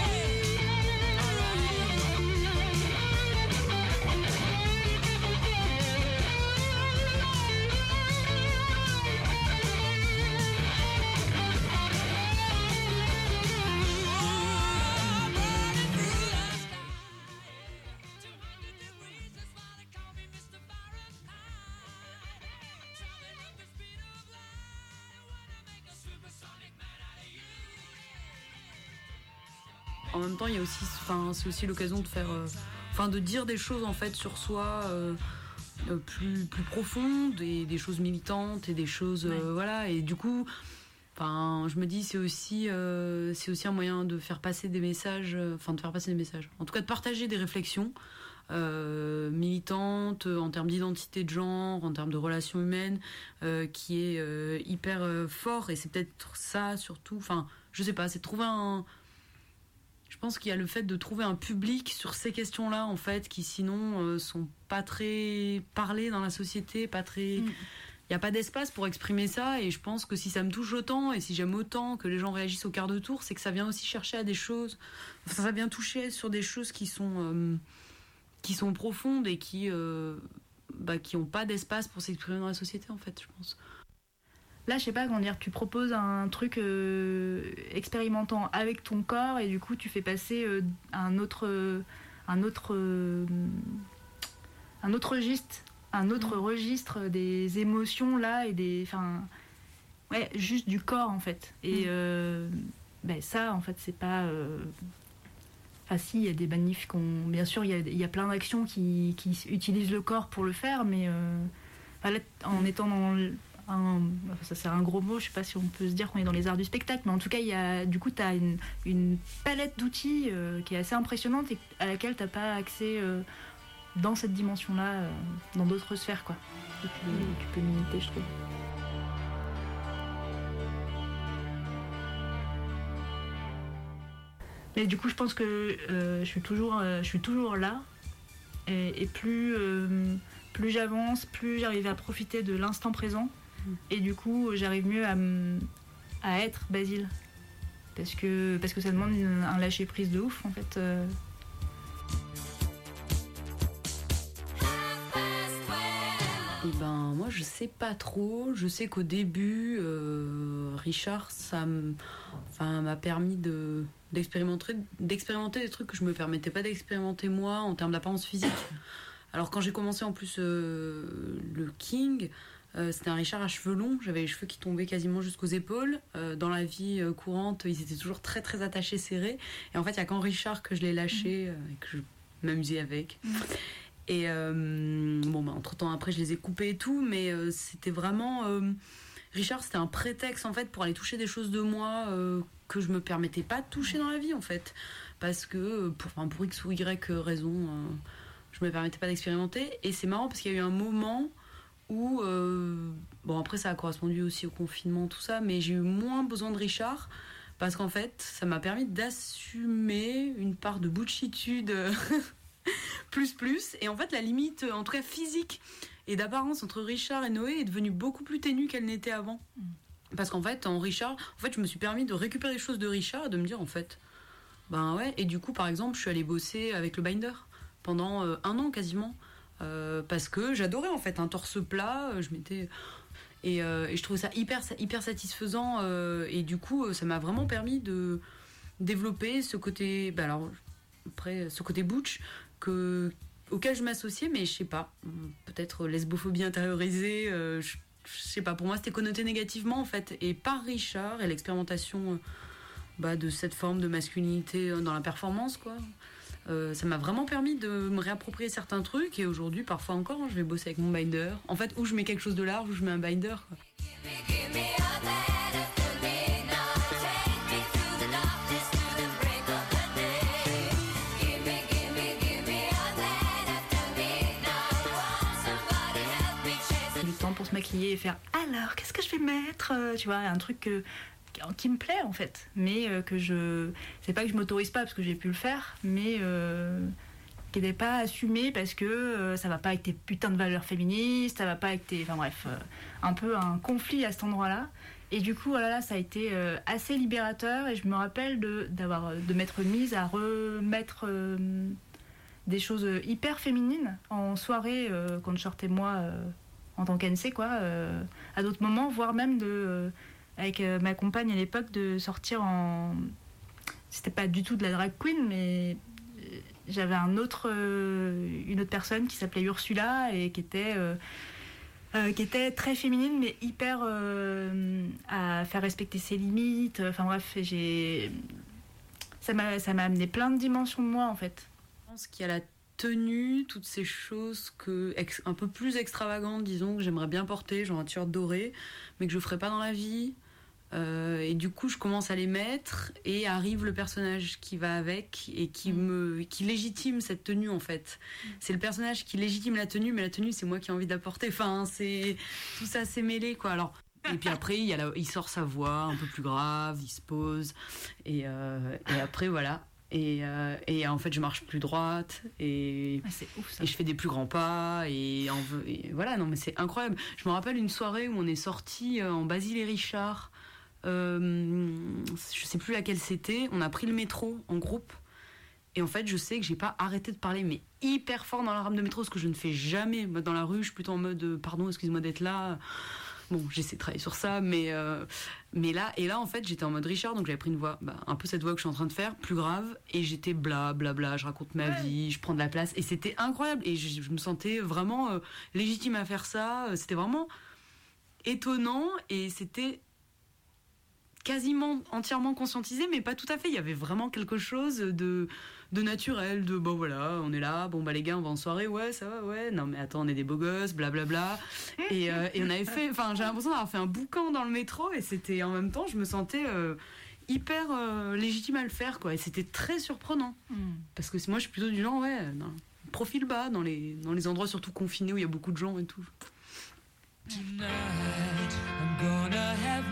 En même temps, il y a aussi, enfin, c'est aussi l'occasion de faire, euh, enfin, de dire des choses en fait sur soi euh, euh, plus plus profondes et des choses militantes et des choses, euh, ouais. voilà. Et du coup, enfin, je me dis c'est aussi, euh, c'est aussi un moyen de faire passer des messages, enfin, euh, de faire passer des messages. En tout cas, de partager des réflexions euh, militantes en termes d'identité de genre, en termes de relations humaines, euh, qui est euh, hyper euh, fort. Et c'est peut-être ça surtout. Enfin, je sais pas, c'est de trouver un Je pense qu'il y a le fait de trouver un public sur ces questions-là, en fait, qui sinon euh, sont pas très parlées dans la société, pas très... Il mm. n'y a pas d'espace pour exprimer ça, et je pense que si ça me touche autant, et si j'aime autant que les gens réagissent au quart de tour, c'est que ça vient aussi chercher à des choses... Enfin, ça vient toucher sur des choses qui sont, euh, qui sont profondes et qui euh, bah, qui n'ont pas d'espace pour s'exprimer dans la société, en fait, je pense.
Là, je sais pas comment dire, tu proposes un truc euh, expérimentant avec ton corps et du coup, tu fais passer euh, un autre, euh, un autre, euh, un autre registre, un autre mmh. registre des émotions là et des, enfin, ouais, juste du corps en fait. Et mmh. euh, ben ça, en fait, c'est pas. Euh... Enfin, si, il y a des manifs qui ont, bien sûr, il y a, il y a plein d'actions qui, qui utilisent le corps pour le faire, mais euh, enfin, là, en étant dans le, Un, ça c'est un gros mot, je sais pas si on peut se dire qu'on est dans les arts du spectacle, mais en tout cas, il y a, du coup, tu as une, une palette d'outils euh, qui est assez impressionnante et à laquelle tu n'as pas accès euh, dans cette dimension-là, euh, dans d'autres sphères, quoi. Et puis, mmh. tu peux m'imiter, je trouve. Mais du coup, je pense que euh, je suis toujours, euh, je suis toujours là, et, et plus, euh, plus j'avance, plus j'arrive à profiter de l'instant présent. Et du coup, j'arrive mieux à, à être Basile. Parce que, parce que ça demande une, un lâcher-prise de ouf, en fait. Euh...
Et ben, moi, je sais pas trop. Je sais qu'au début, euh, Richard, ça m'a permis de, d'expérimenter, d'expérimenter des trucs que je me permettais pas d'expérimenter moi, en termes d'apparence physique. Alors, quand j'ai commencé en plus euh, le King... Euh, c'était un Richard à cheveux longs, j'avais les cheveux qui tombaient quasiment jusqu'aux épaules. Euh, dans la vie euh, courante, ils étaient toujours très très attachés, serrés. Et en fait, il n'y a qu'en Richard que je l'ai lâché, euh, et que je m'amusais avec. Mmh. Et euh, bon, bah, entre-temps, après, je les ai coupés et tout, mais euh, c'était vraiment... Euh, Richard, c'était un prétexte, en fait, pour aller toucher des choses de moi euh, que je me permettais pas de toucher dans la vie, en fait. Parce que, pour, enfin, pour X ou Y raison, euh, je me permettais pas d'expérimenter. Et c'est marrant, parce qu'il y a eu un moment... où, euh, bon après ça a correspondu aussi au confinement, tout ça, mais j'ai eu moins besoin de Richard, parce qu'en fait, ça m'a permis d'assumer une part de bullshitude plus plus, et en fait la limite, en tout cas physique et d'apparence entre Richard et Noé est devenue beaucoup plus ténue qu'elle n'était avant. Parce qu'en fait, en Richard, en fait, je me suis permis de récupérer des choses de Richard et de me dire, en fait, ben ouais, et du coup, par exemple, je suis allée bosser avec le binder pendant euh, un an quasiment. Euh, parce que j'adorais en fait un torse plat, euh, je m'étais et, euh, et je trouvais ça hyper hyper satisfaisant euh, et du coup ça m'a vraiment permis de développer ce côté, bah alors après ce côté butch que auquel je m'associais, mais je sais pas, peut-être lesbophobie intériorisée, euh, je, je sais pas, pour moi c'était connoté négativement en fait, et par Richard et l'expérimentation bah, de cette forme de masculinité dans la performance quoi. Euh, ça m'a vraiment permis de me réapproprier certains trucs, et aujourd'hui parfois encore hein, je vais bosser avec mon binder en fait, où je mets quelque chose de large, où je mets un binder quoi.
se maquiller et faire alors qu'est-ce que je vais mettre, tu vois, un truc que, qui me plaît en fait, mais euh, que je, c'est pas que je m'autorise pas parce que j'ai pu le faire, mais euh, qui n'est pas assumé parce que euh, ça va pas avec tes putains de valeurs féministes, ça va pas avec tes, enfin bref, euh, un peu un conflit à cet endroit-là. Et du coup, voilà, là, ça a été euh, assez libérateur et je me rappelle de d'avoir de m'être mise à remettre euh, des choses hyper féminines en soirée euh, quand je sortais moi euh, en tant qu'A N C, quoi, euh, à d'autres moments, voire même de euh, avec euh, ma compagne à l'époque de sortir en, c'était pas du tout de la drag queen, mais euh, j'avais un autre euh, une autre personne qui s'appelait Ursula et qui était euh, euh, qui était très féminine mais hyper euh, à faire respecter ses limites, enfin bref, j'ai ça m'a ça m'a amené plein de dimensions de moi en fait.
Je pense qu'il y a la tenue, toutes ces choses que, ex, un peu plus extravagantes, disons, que j'aimerais bien porter, genre un t-shirt doré, mais que je ferais pas dans la vie. Euh, et du coup, je commence à les mettre et arrive le personnage qui va avec et qui me, qui légitime cette tenue en fait. C'est le personnage qui légitime la tenue, mais la tenue c'est moi qui ai envie de la porter. Enfin, c'est tout ça, c'est mêlé quoi. Alors. Et puis après, il, y a la, il sort sa voix un peu plus grave, il se pose et, euh, et après voilà. Et, euh, et en fait je marche plus droite et,
ah, c'est ouf, ça.
Et je fais des plus grands pas et, en, et voilà, non mais c'est incroyable. Je me rappelle une soirée où on est sorti en Basile et Richard, euh, je sais plus laquelle c'était, on a pris le métro en groupe et en fait je sais que j'ai pas arrêté de parler mais hyper fort dans la rame de métro, ce que je ne fais jamais dans la rue. Je suis plutôt en mode pardon, excuse-moi d'être là. Bon, j'essaie de travailler sur ça, mais, euh, mais là, et là, en fait, j'étais en mode Richard, donc j'avais pris une voix, bah, un peu cette voix que je suis en train de faire, plus grave, et j'étais bla, bla, bla, je raconte ma ouais. vie, je prends de la place, et c'était incroyable, et je, je me sentais vraiment euh, légitime à faire ça, c'était vraiment étonnant, et c'était quasiment entièrement conscientisé, mais pas tout à fait, il y avait vraiment quelque chose de... de naturel, de bon voilà, on est là, bon bah les gars on va en soirée, ouais ça va, ouais, non mais attends on est des beaux gosses, blablabla, et, euh, et on avait fait, enfin j'ai l'impression d'avoir fait un boucan dans le métro et c'était en même temps je me sentais euh, hyper euh, légitime à le faire quoi, et c'était très surprenant, mm. parce que moi je suis plutôt du genre ouais, non, profil bas dans les, dans les endroits surtout confinés où il y a beaucoup de gens et tout. Tonight, I'm gonna have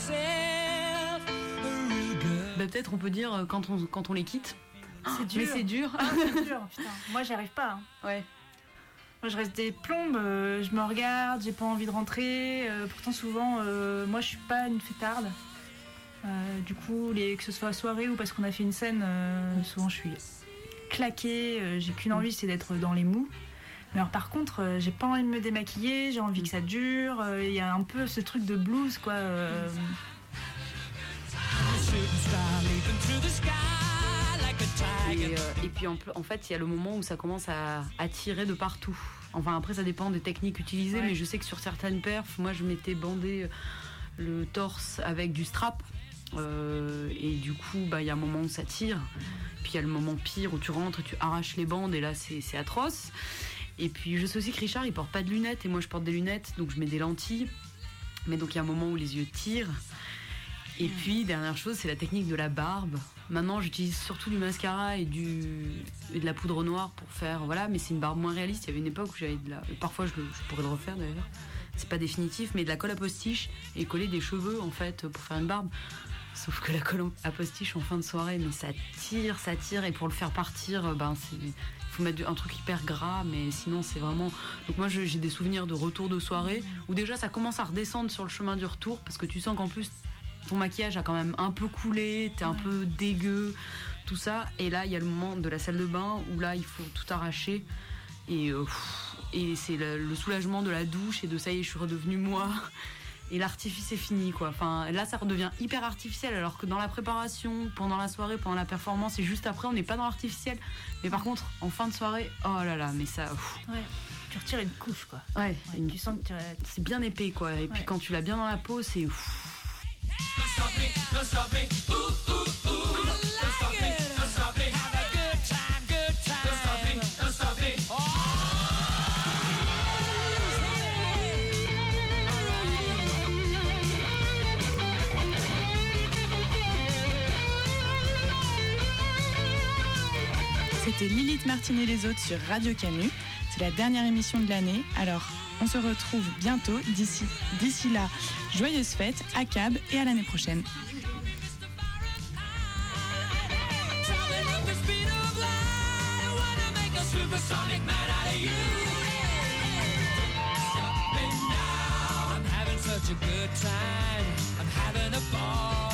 myself a real girl. Bah, peut-être on peut dire quand on, quand on les quitte.
C'est dur.
Mais c'est dur.
Ah, c'est dur, putain. Moi, j'y arrive pas. Hein.
Ouais.
Moi, je reste des plombes. Euh, je me regarde, j'ai pas envie de rentrer. Euh, pourtant, souvent, euh, moi, je suis pas une fêtarde. Euh, du coup, les, que ce soit à soirée ou parce qu'on a fait une scène, euh, souvent, je suis claquée. Euh, j'ai qu'une envie, c'est d'être dans les mous. Mais alors, par contre, euh, j'ai pas envie de me démaquiller. J'ai envie que ça dure. Il euh, y a un peu ce truc de blues, quoi. Euh...
Et, euh, et puis en, en fait il y a le moment où ça commence à, à tirer de partout. Enfin après ça dépend des techniques utilisées, ouais. Mais je sais que sur certaines perfs, moi je m'étais bandé le torse avec du strap euh, et du coup bah il y a un moment où ça tire, puis il y a le moment pire où tu rentres et tu arraches les bandes et là c'est, c'est atroce. Et puis je sais aussi que Richard il porte pas de lunettes et moi je porte des lunettes donc je mets des lentilles, mais donc il y a un moment où les yeux tirent. Et puis, dernière chose, c'est la technique de la barbe. Maintenant, j'utilise surtout du mascara et, du, et de la poudre noire pour faire... Voilà, mais c'est une barbe moins réaliste. Il y avait une époque où j'avais de la... Parfois, je, le, je pourrais le refaire, d'ailleurs. C'est pas définitif, mais de la colle à postiche et coller des cheveux, en fait, pour faire une barbe. Sauf que la colle à postiche en fin de soirée, mais ça tire, ça tire. Et pour le faire partir, ben, c'est... il faut mettre un truc hyper gras, mais sinon, c'est vraiment... Donc moi, j'ai des souvenirs de retour de soirée où déjà, ça commence à redescendre sur le chemin du retour parce que tu sens qu'en plus... ton maquillage a quand même un peu coulé, t'es un ouais. peu dégueu, tout ça. Et là, il y a le moment de la salle de bain où là, il faut tout arracher. Et, euh, et c'est le, le soulagement de la douche et de ça y est, je suis redevenue moi. Et l'artifice est fini, quoi. Enfin, là, ça redevient hyper artificiel, alors que dans la préparation, pendant la soirée, pendant la performance et juste après, on n'est pas dans l'artificiel. Mais par contre, en fin de soirée, oh là là, mais ça...
Ouais. Tu retires une couche, quoi.
Ouais.
ouais une... Tu sens que tu...
c'est bien épais, quoi. Et ouais. Puis quand tu l'as bien dans la peau, c'est...
Don't stop me, don't stop me, ooh, ooh, ooh. Don't stop me, don't stop me, have a good time, good time. Don't stop me, don't stop me.
C'était Lilith Martin et les autres sur Radio Canu. C'est la dernière émission de l'année, alors On se retrouve bientôt. D'ici, d'ici là, joyeuses fêtes, à C A B et à l'année prochaine.
Supersonic man out of you. Stop me now. I'm having such a good time. I'm having a ball.